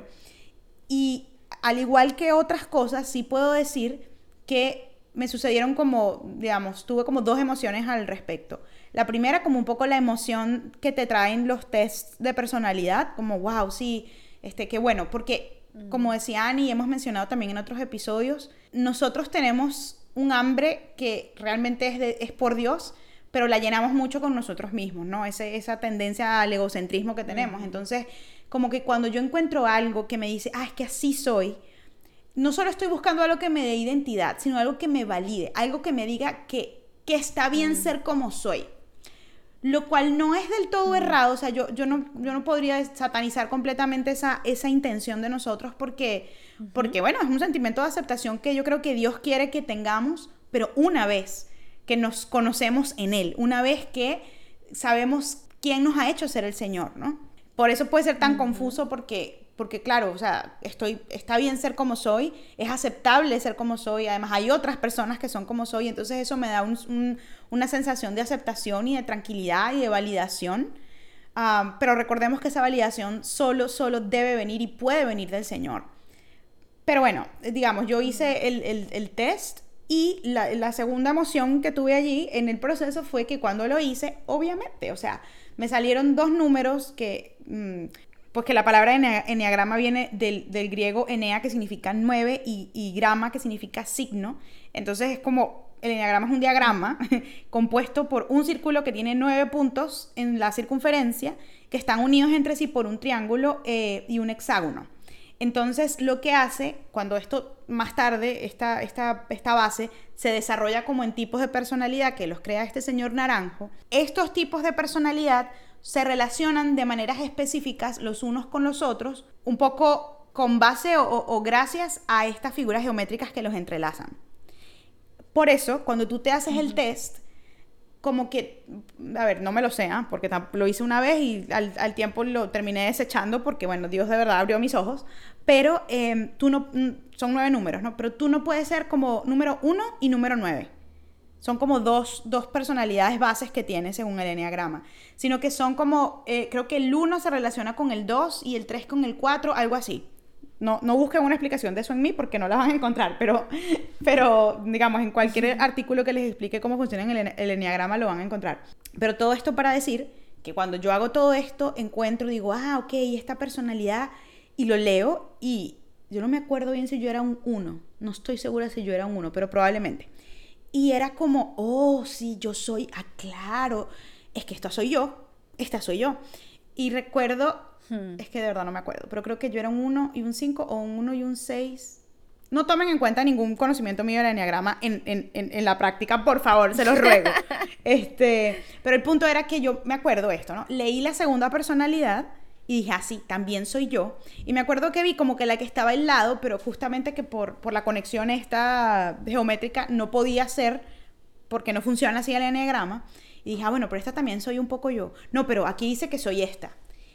Y al igual que otras cosas, sí puedo decir que me sucedieron como, digamos, tuve como dos emociones al respecto. La primera, como un poco la emoción que te traen los tests de personalidad, como, wow, sí, qué bueno, porque como decía Ani y hemos mencionado también en otros episodios, nosotros tenemos un hambre que realmente es por Dios, pero la llenamos mucho con nosotros mismos, ¿no? Esa tendencia al egocentrismo que tenemos. Entonces, como que cuando yo encuentro algo que me dice, es que así soy, no solo estoy buscando algo que me dé identidad, sino algo que me valide, algo que me diga que está bien ser como soy. Lo cual no es del todo errado, o sea, yo no podría satanizar completamente esa intención de nosotros porque, bueno, es un sentimiento de aceptación que yo creo que Dios quiere que tengamos, pero una vez que nos conocemos en Él, una vez que sabemos quién nos ha hecho ser el Señor, ¿no? Por eso puede ser tan confuso porque claro, o sea, está bien ser como soy, es aceptable ser como soy, además hay otras personas que son como soy, entonces eso me da una sensación de aceptación y de tranquilidad y de validación, pero recordemos que esa validación solo debe venir y puede venir del Señor. Pero bueno, digamos, yo hice el test y la segunda emoción que tuve allí en el proceso fue que cuando lo hice, obviamente, o sea, me salieron dos números que... pues que la palabra enneagrama viene del griego ennea, que significa 9, y grama, que significa signo. Entonces es como, el enneagrama es un diagrama compuesto por un círculo que tiene 9 puntos en la circunferencia, que están unidos entre sí por un triángulo y un hexágono. Entonces lo que hace, cuando esto más tarde, esta base, se desarrolla como en tipos de personalidad, que los crea este señor Naranjo, estos tipos de personalidad se relacionan de maneras específicas los unos con los otros, un poco con base o gracias a estas figuras geométricas que los entrelazan. Por eso, cuando tú te haces el test, como que, a ver, no me lo sé, porque lo hice una vez y al tiempo lo terminé desechando porque, bueno, Dios de verdad abrió mis ojos, pero tú no, son 9 números, ¿no? Pero tú no puedes ser como número 1 y número 9. Son como dos personalidades bases que tienes según el eneagrama, sino que son como, creo que el 1 se relaciona con el 2 y el 3 con el 4, algo así. No busquen una explicación de eso en mí porque no la van a encontrar, pero digamos, en cualquier artículo que les explique cómo funciona el eneagrama lo van a encontrar. Pero todo esto para decir que cuando yo hago todo esto, digo, ok, esta personalidad, y lo leo, y yo no me acuerdo bien si yo era un 1, no estoy segura si yo era un 1, pero probablemente. Y era como, sí, yo soy, claro, es que esta soy yo. Y recuerdo, es que de verdad no me acuerdo, pero creo que yo era un 1 y un 5 o un 1 y un 6. No tomen en cuenta ningún conocimiento mío del eneagrama en la práctica, por favor, se los ruego. Pero el punto era que yo me acuerdo esto, ¿no? Leí la segunda personalidad y dije, sí, también soy yo. Y me acuerdo que vi como que la que estaba al lado, pero justamente que por la conexión esta geométrica no podía ser, porque no funciona así el eneagrama. Y dije, bueno, pero esta también soy un poco yo. No, pero aquí dice que soy esta.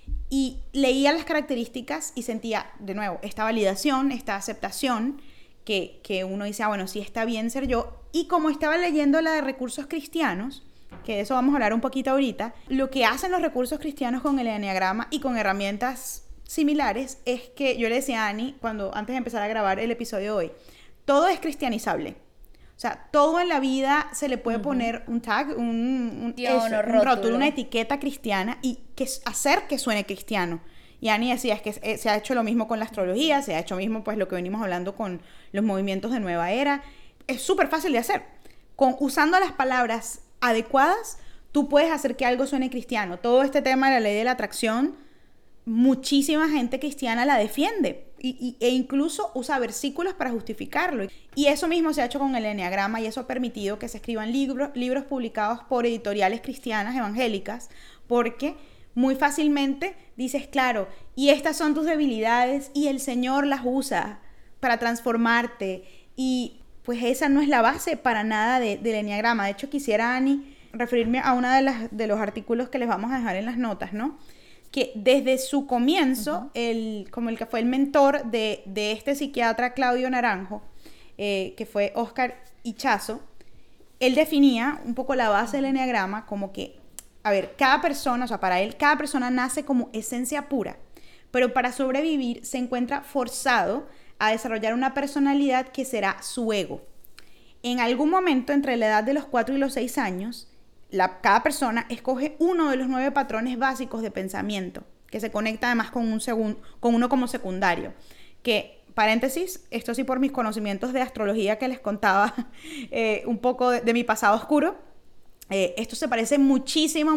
Y leía las características y sentía, de nuevo, esta validación, esta aceptación, que uno dice, bueno, sí está bien ser yo. Y como estaba leyendo la de recursos cristianos, que de eso vamos a hablar un poquito ahorita, lo que hacen los recursos cristianos con el eneagrama y con herramientas similares es que yo le decía a Ani, antes de empezar a grabar el episodio de hoy, todo es cristianizable. O sea, todo en la vida se le puede poner un tag, un rótulo, una etiqueta cristiana y hacer que suene cristiano. Y Ani decía, es que se ha hecho lo mismo con la astrología, se ha hecho mismo pues lo que venimos hablando con los movimientos de nueva era. Es súper fácil de hacer. Usando las palabras adecuadas, tú puedes hacer que algo suene cristiano. Todo este tema de la ley de la atracción, muchísima gente cristiana la defiende e incluso usa versículos para justificarlo. Y eso mismo se ha hecho con el eneagrama y eso ha permitido que se escriban libros publicados por editoriales cristianas evangélicas, porque muy fácilmente dices, claro, y estas son tus debilidades y el Señor las usa para transformarte. Y pues esa no es la base para nada del eneagrama. De hecho, quisiera, Ani, referirme a uno de los artículos que les vamos a dejar en las notas, ¿no? Que desde su comienzo, como el que fue el mentor de este psiquiatra Claudio Naranjo, que fue Oscar Ichazo, él definía un poco la base del eneagrama como que, a ver, cada persona, o sea, para él, cada persona nace como esencia pura, pero para sobrevivir se encuentra forzado a desarrollar una personalidad que será su ego. En algún momento entre la edad de los 4 y los 6 años, cada persona escoge uno de los 9 patrones básicos de pensamiento, que se conecta además con uno como secundario. Que, paréntesis, esto sí por mis conocimientos de astrología que les contaba un poco de mi pasado oscuro, esto se parece muchísimo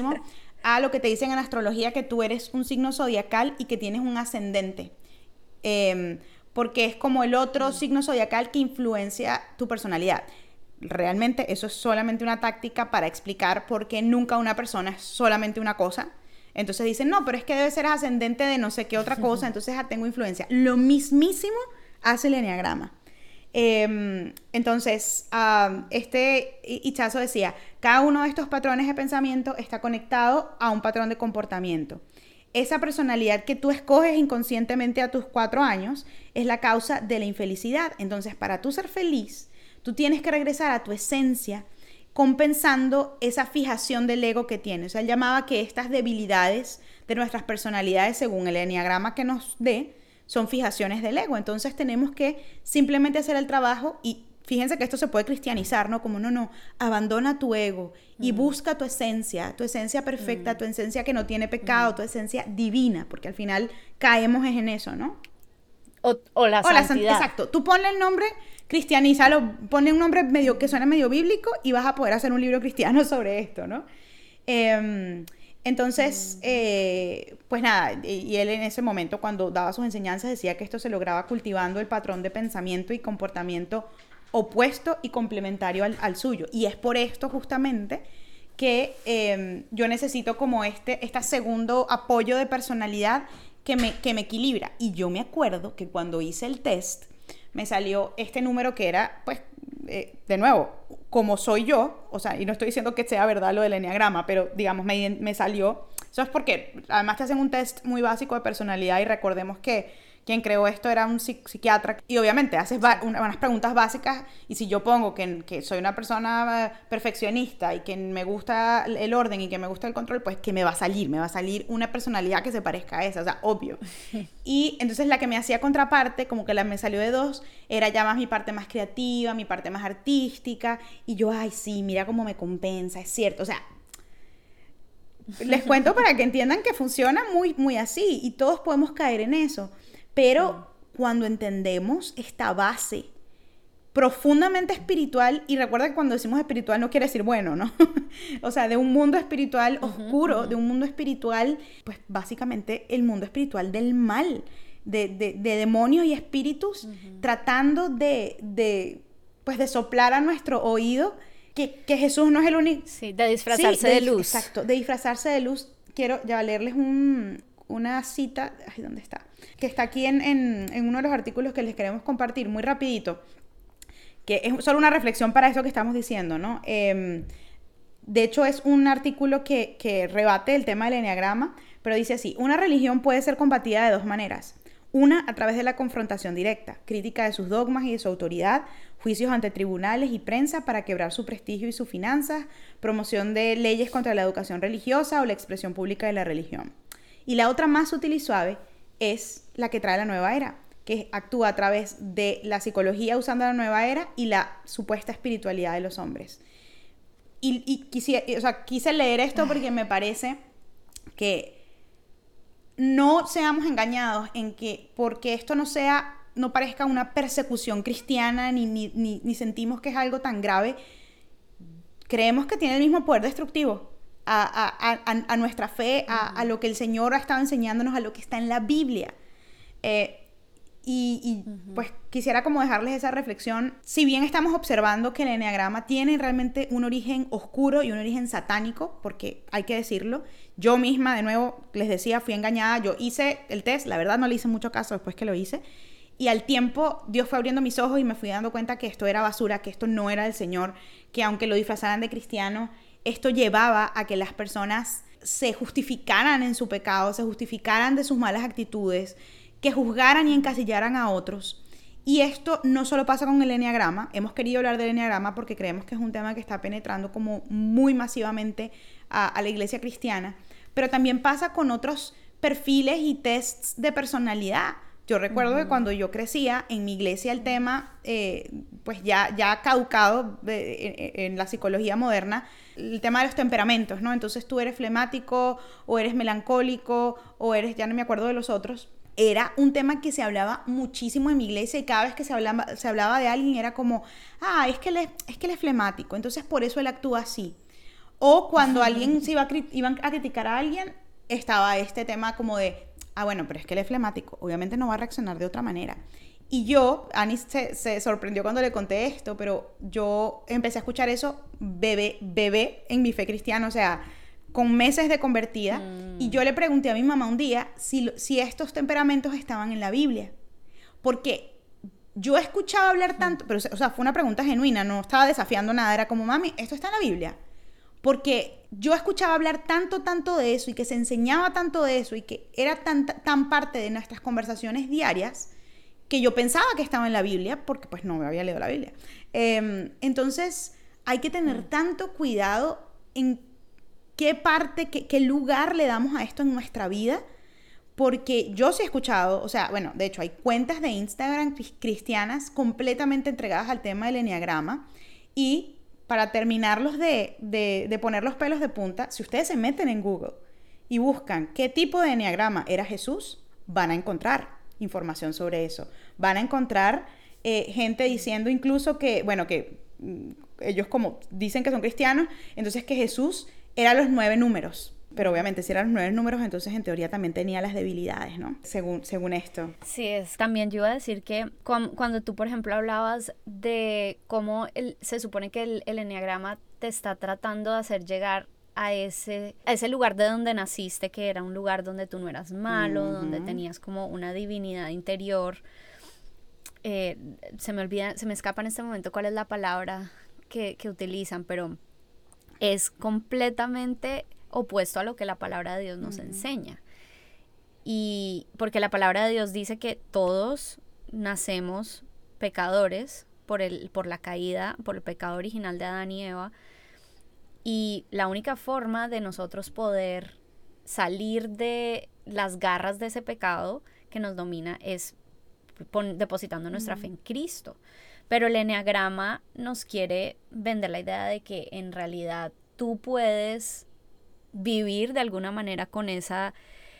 a lo que te dicen en astrología, que tú eres un signo zodiacal y que tienes un ascendente. Porque es como el otro signo zodiacal que influencia tu personalidad. Realmente eso es solamente una táctica para explicar por qué nunca una persona es solamente una cosa. Entonces dicen, no, pero es que debe ser ascendente de no sé qué otra cosa, entonces tengo influencia. Lo mismísimo hace el eneagrama. Entonces, Ichazo decía, cada uno de estos patrones de pensamiento está conectado a un patrón de comportamiento. Esa personalidad que tú escoges inconscientemente a tus 4 años es la causa de la infelicidad. Entonces, para tú ser feliz, tú tienes que regresar a tu esencia, compensando esa fijación del ego que tienes. O sea, él llamaba que estas debilidades de nuestras personalidades, según el eneagrama que nos dé, son fijaciones del ego. Entonces tenemos que simplemente hacer el trabajo y fíjense que esto se puede cristianizar, ¿no? Como no, abandona tu ego y busca tu esencia perfecta, tu esencia que no tiene pecado, tu esencia divina, porque al final caemos en eso, ¿no? O la santidad. Exacto. Tú ponle el nombre, cristianízalo, ponle un nombre que suene medio bíblico y vas a poder hacer un libro cristiano sobre esto, ¿no? Entonces, pues nada, y él en ese momento cuando daba sus enseñanzas decía que esto se lograba cultivando el patrón de pensamiento y comportamiento opuesto y complementario al suyo. Y es por esto justamente que yo necesito como este segundo apoyo de personalidad que me equilibra. Y yo me acuerdo que cuando hice el test, me salió este número que era, pues, de nuevo, como soy yo, o sea, y no estoy diciendo que sea verdad lo del eneagrama, pero digamos, me salió. Eso es porque además te hacen un test muy básico de personalidad y recordemos que quien creó esto era un psiquiatra y obviamente haces unas preguntas básicas y si yo pongo que soy una persona perfeccionista y que me gusta el orden y que me gusta el control, pues que me va a salir una personalidad que se parezca a esa, o sea, obvio. Y entonces la que me hacía contraparte, como que me salió de 2, era ya más mi parte más creativa, mi parte más artística y yo, ay sí, mira cómo me compensa, es cierto, o sea, les cuento para que entiendan que funciona muy, muy así y todos podemos caer en eso. Pero cuando entendemos esta base profundamente espiritual, y recuerda que cuando decimos espiritual no quiere decir bueno, ¿no? O sea, de un mundo espiritual oscuro, de un mundo espiritual, pues básicamente el mundo espiritual del mal, de demonios y espíritus, tratando de soplar a nuestro oído que Jesús no es el único... Sí, de disfrazarse de luz. Exacto, de disfrazarse de luz. Quiero ya leerles una cita, ay, ¿dónde está? Que está aquí en uno de los artículos que les queremos compartir, muy rapidito, que es solo una reflexión para esto que estamos diciendo, ¿no? De hecho, es un artículo que rebate el tema del eneagrama, pero dice así: una religión puede ser combatida de 2 maneras. Una, a través de la confrontación directa, crítica de sus dogmas y de su autoridad, juicios ante tribunales y prensa para quebrar su prestigio y sus finanzas, promoción de leyes contra la educación religiosa o la expresión pública de la religión. Y la otra, más sutil y suave, es la que trae la nueva era, que actúa a través de la psicología usando la nueva era y la supuesta espiritualidad de los hombres. Y quise leer esto porque me parece que no seamos engañados en que porque esto no parezca una persecución cristiana ni sentimos que es algo tan grave, creemos que tiene el mismo poder destructivo a nuestra fe, a lo que el Señor ha estado enseñándonos, a lo que está en la Biblia. Pues quisiera como dejarles esa reflexión. Si bien estamos observando que el eneagrama tiene realmente un origen oscuro y un origen satánico, porque hay que decirlo, yo misma, de nuevo, les decía, fui engañada. Yo hice el test, la verdad no le hice mucho caso después que lo hice, y al tiempo Dios fue abriendo mis ojos y me fui dando cuenta que esto era basura, que esto no era del Señor, que aunque lo disfrazaran de cristiano, esto llevaba a que las personas se justificaran en su pecado, se justificaran de sus malas actitudes, que juzgaran y encasillaran a otros. Y esto no solo pasa con el eneagrama. Hemos querido hablar del eneagrama porque creemos que es un tema que está penetrando como muy masivamente a la iglesia cristiana, pero también pasa con otros perfiles y tests de personalidad. Yo recuerdo que cuando yo crecía, en mi iglesia el tema, pues ya caducado en la psicología moderna, el tema de los temperamentos, ¿no? Entonces tú eres flemático, o eres melancólico, o eres, ya no me acuerdo de los otros. Era un tema que se hablaba muchísimo en mi iglesia y cada vez que se hablaba de alguien era como, es que él es flemático, entonces por eso él actúa así. O cuando alguien iban a criticar a alguien, estaba este tema como de, bueno, pero es que él es flemático, obviamente no va a reaccionar de otra manera. Y yo, Ani se sorprendió cuando le conté esto, pero yo empecé a escuchar eso bebé en mi fe cristiana, o sea, con meses de convertida, y yo le pregunté a mi mamá un día si estos temperamentos estaban en la Biblia, porque yo escuchaba hablar tanto, pero o sea, fue una pregunta genuina, no estaba desafiando nada, era como, mami, ¿esto está en la Biblia? Porque yo escuchaba hablar tanto de eso, y que se enseñaba tanto de eso, y que era tan parte de nuestras conversaciones diarias, que yo pensaba que estaba en la Biblia, porque pues no me había leído la Biblia. Entonces, hay que tener tanto cuidado en qué parte, qué lugar le damos a esto en nuestra vida, porque yo sí he escuchado, o sea, bueno, de hecho hay cuentas de Instagram cristianas completamente entregadas al tema del eneagrama, y para terminarlos de poner los pelos de punta, si ustedes se meten en Google y buscan qué tipo de eneagrama era Jesús, van a encontrar información sobre eso. Van a encontrar gente diciendo incluso que, bueno, que ellos como dicen que son cristianos, entonces que Jesús era los 9 números. Pero obviamente si eran los 9 números, entonces en teoría también tenía las debilidades, ¿no? Según esto. Sí, también yo iba a decir que cuando tú, por ejemplo, hablabas de cómo se supone que el eneagrama te está tratando de hacer llegar a ese lugar de donde naciste, que era un lugar donde tú no eras malo, donde tenías como una divinidad interior. Se me escapa en este momento cuál es la palabra que utilizan, pero es completamente opuesto a lo que la palabra de Dios nos enseña. Y porque la palabra de Dios dice que todos nacemos pecadores por la caída, por el pecado original de Adán y Eva, y la única forma de nosotros poder salir de las garras de ese pecado que nos domina es depositando nuestra fe en Cristo. Pero el eneagrama nos quiere vender la idea de que en realidad tú puedes vivir de alguna manera con esa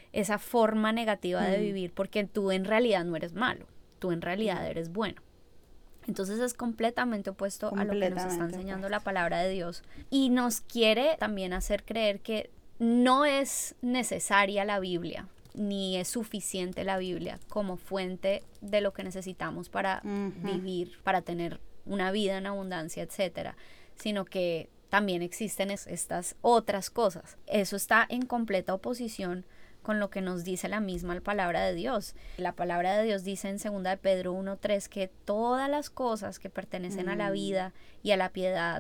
forma negativa de vivir, porque tú en realidad no eres malo, tú en realidad eres bueno. Entonces es completamente opuesto a lo que nos está enseñando la palabra de Dios. Y nos quiere también hacer creer que no es necesaria la Biblia, ni es suficiente la Biblia como fuente de lo que necesitamos para vivir, para tener una vida en abundancia, etcétera, sino que también existen estas otras cosas. Eso está en completa oposición con lo que nos dice la misma palabra de Dios. La palabra de Dios dice en 2 de Pedro 1:3 que todas las cosas que pertenecen a la vida y a la piedad,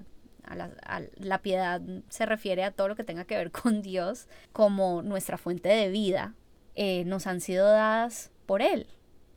la piedad se refiere a todo lo que tenga que ver con Dios como nuestra fuente de vida, nos han sido dadas por Él.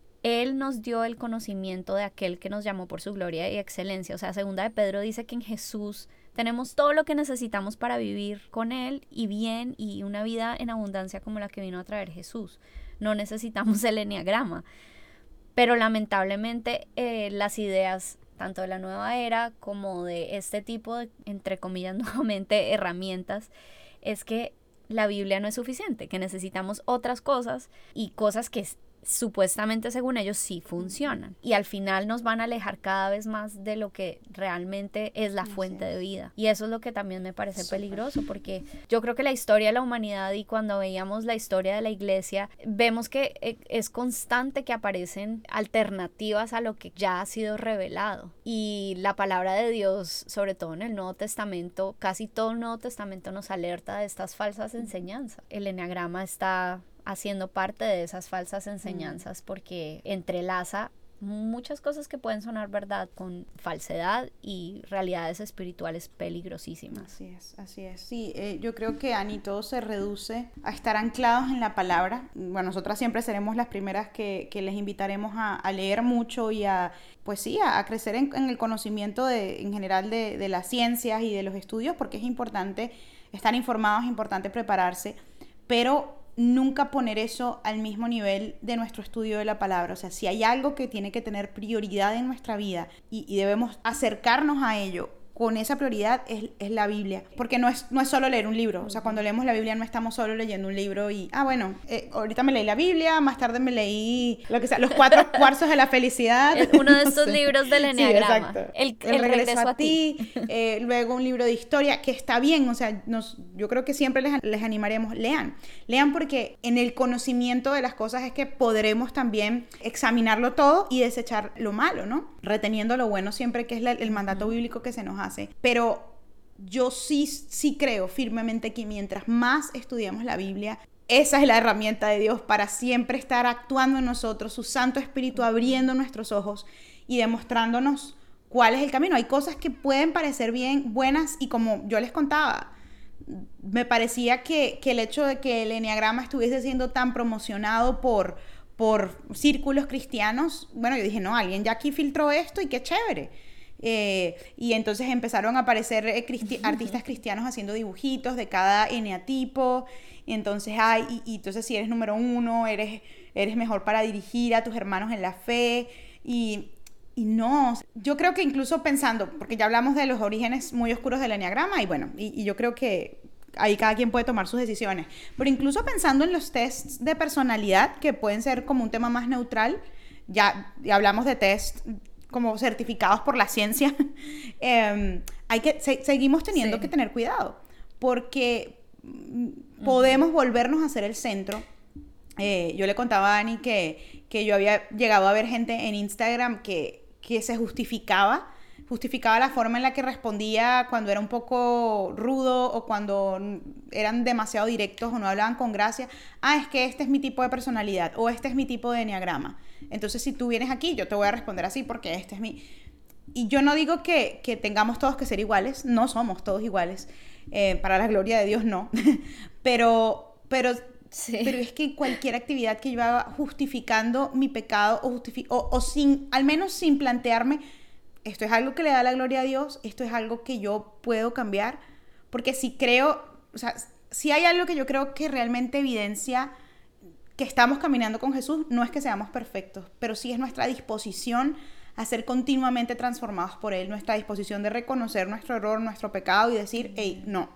Él nos dio el conocimiento de aquel que nos llamó por su gloria y excelencia. O sea, 2 de Pedro dice que en Jesús tenemos todo lo que necesitamos para vivir con Él y bien, y una vida en abundancia como la que vino a traer Jesús. No necesitamos el eneagrama. Pero lamentablemente las ideas tanto de la nueva era como de este tipo de, entre comillas nuevamente, herramientas, es que la Biblia no es suficiente, que necesitamos otras cosas y cosas que supuestamente según ellos sí funcionan, y al final nos van a alejar cada vez más de lo que realmente es la fuente de vida, y eso es lo que también me parece peligroso, porque yo creo que la historia de la humanidad, y cuando veíamos la historia de la iglesia, vemos que es constante que aparecen alternativas a lo que ya ha sido revelado, y la palabra de Dios, sobre todo en el Nuevo Testamento, casi todo el Nuevo Testamento nos alerta de estas falsas enseñanzas. El eneagrama está haciendo parte de esas falsas enseñanzas porque entrelaza muchas cosas que pueden sonar verdad con falsedad y realidades espirituales peligrosísimas. Así es. Sí, yo creo que, Ani, todo se reduce a estar anclados en la palabra. Bueno, nosotras siempre seremos las primeras que les invitaremos a leer mucho y a crecer en el conocimiento en general de las ciencias y de los estudios, porque es importante estar informados, es importante prepararse, pero nunca poner eso al mismo nivel de nuestro estudio de la palabra. O sea, si hay algo que tiene que tener prioridad en nuestra vida y debemos acercarnos a ello con esa prioridad, es la Biblia. Porque no es solo leer un libro. O sea, cuando leemos la Biblia no estamos solo leyendo un libro y, ahorita me leí la Biblia, más tarde me leí lo que sea, los 4 cuarzos de la felicidad. Uno de estos libros del eneagrama. Sí, exacto. El regreso a ti. Luego un libro de historia, que está bien. O sea, yo creo que siempre les animaremos, lean porque en el conocimiento de las cosas es que podremos también examinarlo todo y desechar lo malo, ¿no? Reteniendo lo bueno siempre, que es el mandato bíblico que se nos hace. Pero yo sí creo firmemente que mientras más estudiamos la Biblia, esa es la herramienta de Dios para siempre estar actuando en nosotros, su Santo Espíritu abriendo nuestros ojos y demostrándonos cuál es el camino. Hay cosas que pueden parecer bien buenas, y como yo les contaba, me parecía que el hecho de que el eneagrama estuviese siendo tan promocionado por círculos cristianos, bueno, yo dije, no, alguien ya aquí filtró esto y qué chévere. Y entonces empezaron a aparecer artistas cristianos haciendo dibujitos de cada eneatipo. Y entonces entonces si eres número 1, eres mejor para dirigir a tus hermanos en la fe. Y no, yo creo que incluso pensando, porque ya hablamos de los orígenes muy oscuros del eneagrama, y bueno, y yo creo que ahí cada quien puede tomar sus decisiones, pero incluso pensando en los tests de personalidad, que pueden ser como un tema más neutral, ya hablamos de tests como certificados por la ciencia, seguimos teniendo que tener cuidado, porque podemos volvernos a ser el centro. Yo le contaba a Dani que yo había llegado a ver gente en Instagram que se justificaba la forma en la que respondía cuando era un poco rudo o cuando eran demasiado directos o no hablaban con gracia. Es que este es mi tipo de personalidad o este es mi tipo de enneagrama. Entonces, si tú vienes aquí, yo te voy a responder así porque este es mi... Y yo no digo que tengamos todos que ser iguales, no somos todos iguales, para la gloria de Dios no, pero Sí. Pero es que cualquier actividad que yo haga justificando mi pecado o sin, al menos sin plantearme, esto es algo que le da la gloria a Dios, esto es algo que yo puedo cambiar, porque si creo, o sea, si hay algo que yo creo que realmente evidencia que estamos caminando con Jesús, no es que seamos perfectos, pero sí es nuestra disposición a ser continuamente transformados por Él, nuestra disposición de reconocer nuestro error, nuestro pecado y decir, hey, no.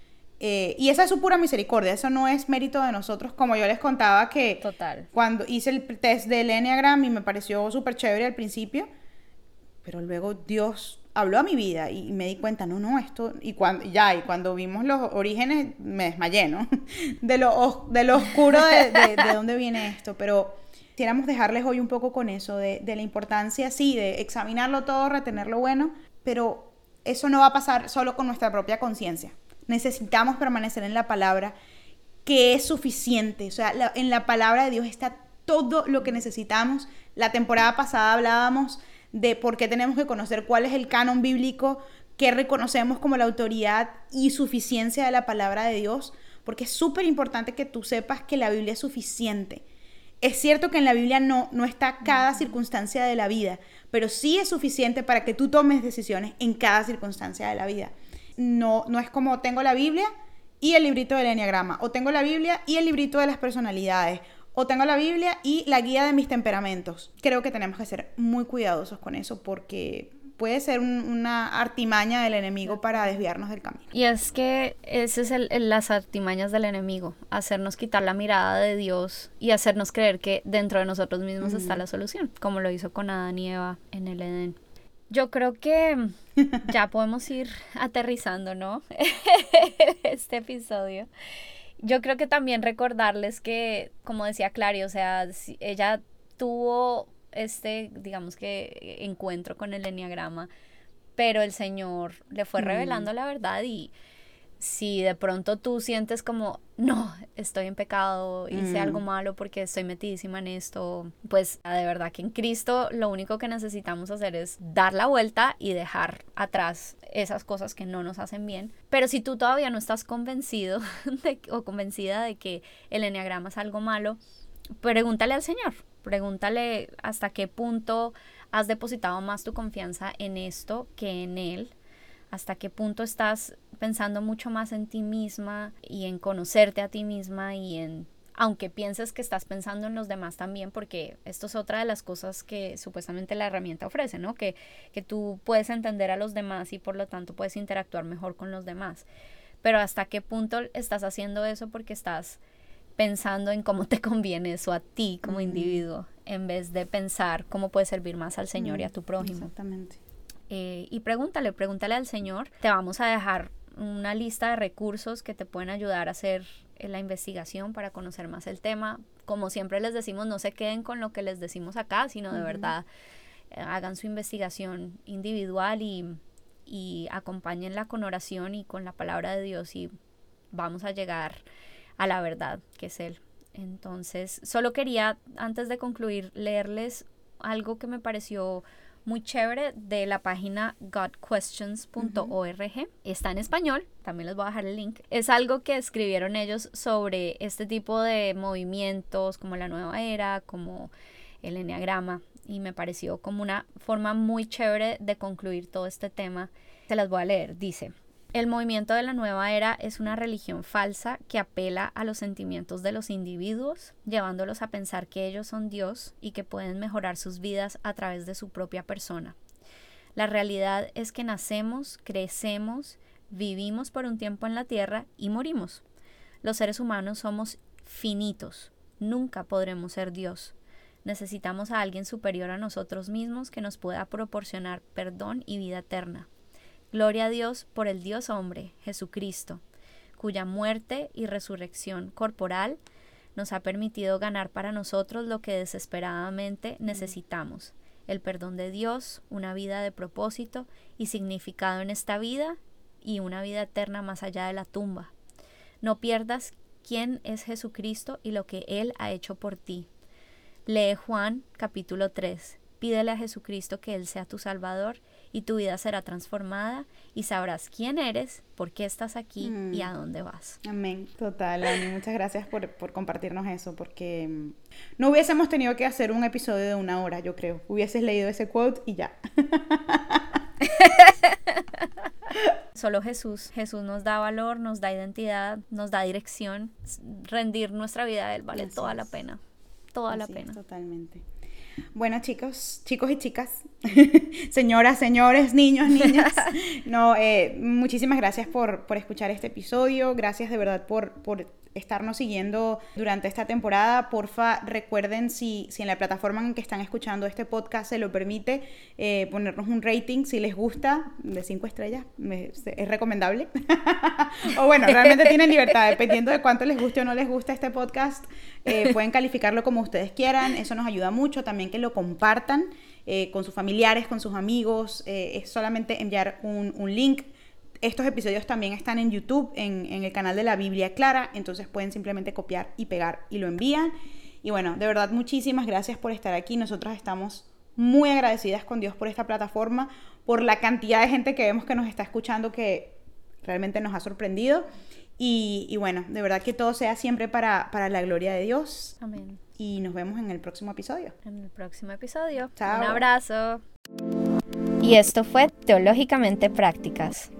Y esa es su pura misericordia, eso no es mérito de nosotros, como yo les contaba que Total. cuando hice el test del Enneagram y me pareció súper chévere al principio, pero luego Dios habló a mi vida y me di cuenta, no, esto, y cuando vimos los orígenes me desmayé, ¿no? De lo oscuro de dónde viene esto, pero quisiéramos dejarles hoy un poco con eso, de la importancia, sí, de examinarlo todo, retener lo bueno, pero eso no va a pasar solo con nuestra propia conciencia. Necesitamos permanecer en la palabra, que es suficiente. O sea, en la palabra de Dios está todo lo que necesitamos. La temporada pasada hablábamos de por qué tenemos que conocer cuál es el canon bíblico, qué reconocemos como la autoridad y suficiencia de la palabra de Dios, porque es súper importante que tú sepas que la Biblia es suficiente. Es cierto que en la Biblia no está cada circunstancia de la vida, pero sí es suficiente para que tú tomes decisiones en cada circunstancia de la vida. No es como tengo la Biblia y el librito del enneagrama, o tengo la Biblia y el librito de las personalidades, o tengo la Biblia y la guía de mis temperamentos. Creo que tenemos que ser muy cuidadosos con eso porque puede ser una artimaña del enemigo para desviarnos del camino. Y es que ese es las artimañas del enemigo, hacernos quitar la mirada de Dios y hacernos creer que dentro de nosotros mismos está la solución, como lo hizo con Adán y Eva en el Edén. Yo creo que ya podemos ir aterrizando, ¿no? Este episodio. Yo creo que también recordarles que, como decía Clary, o sea, ella tuvo digamos que, encuentro con el enneagrama, pero el Señor le fue revelando la verdad y si de pronto tú sientes como, no, estoy en pecado, hice algo malo porque estoy metidísima en esto, pues de verdad que en Cristo lo único que necesitamos hacer es dar la vuelta y dejar atrás esas cosas que no nos hacen bien. Pero si tú todavía no estás convencido o convencida de que el enneagrama es algo malo, pregúntale al Señor, pregúntale hasta qué punto has depositado más tu confianza en esto que en Él. Hasta qué punto estás pensando mucho más en ti misma y en conocerte a ti misma y en, aunque pienses que estás pensando en los demás también, porque esto es otra de las cosas que supuestamente la herramienta ofrece, ¿no? Que tú puedes entender a los demás y por lo tanto puedes interactuar mejor con los demás. Pero hasta qué punto estás haciendo eso porque estás pensando en cómo te conviene eso a ti como individuo, en vez de pensar cómo puedes servir más al Señor y a tu prójimo. Exactamente. Y pregúntale al Señor. Te vamos a dejar una lista de recursos que te pueden ayudar a hacer la investigación para conocer más el tema. Como siempre les decimos, no se queden con lo que les decimos acá, sino de verdad hagan su investigación individual y acompáñenla con oración y con la palabra de Dios y vamos a llegar a la verdad, que es Él. Entonces, solo quería, antes de concluir, leerles algo que me pareció muy chévere de la página godquestions.org. Está en español, también les voy a dejar el link. Es algo que escribieron ellos sobre este tipo de movimientos como la nueva era, como el enneagrama, y me pareció como una forma muy chévere de concluir todo este tema. Se las voy a leer. Dice: el movimiento de la nueva era es una religión falsa que apela a los sentimientos de los individuos, llevándolos a pensar que ellos son Dios y que pueden mejorar sus vidas a través de su propia persona. La realidad es que nacemos, crecemos, vivimos por un tiempo en la tierra y morimos. Los seres humanos somos finitos, nunca podremos ser Dios. Necesitamos a alguien superior a nosotros mismos que nos pueda proporcionar perdón y vida eterna. Gloria a Dios por el Dios hombre, Jesucristo, cuya muerte y resurrección corporal nos ha permitido ganar para nosotros lo que desesperadamente necesitamos: el perdón de Dios, una vida de propósito y significado en esta vida y una vida eterna más allá de la tumba. No pierdas quién es Jesucristo y lo que Él ha hecho por ti. Lee Juan capítulo 3. Pídele a Jesucristo que Él sea tu Salvador y tu vida será transformada y sabrás quién eres, por qué estás aquí y a dónde vas. Amén. Total, Ani, muchas gracias por compartirnos eso, porque no hubiésemos tenido que hacer un episodio de 1 hora, yo creo. Hubieses leído ese quote y ya. Solo Jesús nos da valor, nos da identidad, nos da dirección. Rendir nuestra vida a Él vale Así toda es. la pena, toda la Así pena. es, totalmente. Bueno, chicos y chicas, señoras, señores, niños, niñas, muchísimas gracias por escuchar este episodio. Gracias de verdad por estarnos siguiendo durante esta temporada. Porfa, recuerden, si en la plataforma en que están escuchando este podcast se lo permite, ponernos un rating si les gusta, de 5 estrellas, es recomendable. O bueno, realmente tienen libertad, dependiendo de cuánto les guste o no les gusta este podcast, pueden calificarlo como ustedes quieran. Eso nos ayuda mucho. También que lo compartan con sus familiares, con sus amigos. Es solamente enviar un link. Estos episodios también están en YouTube, en el canal de la Biblia Clara, entonces pueden simplemente copiar y pegar y lo envían. Y bueno, de verdad, muchísimas gracias por estar aquí. Nosotros estamos muy agradecidas con Dios por esta plataforma, por la cantidad de gente que vemos que nos está escuchando, que realmente nos ha sorprendido. Y bueno, de verdad que todo sea siempre para la gloria de Dios. Amén. Y nos vemos en el próximo episodio. En el próximo episodio. Chao. Un abrazo. Y esto fue Teológicamente Prácticas.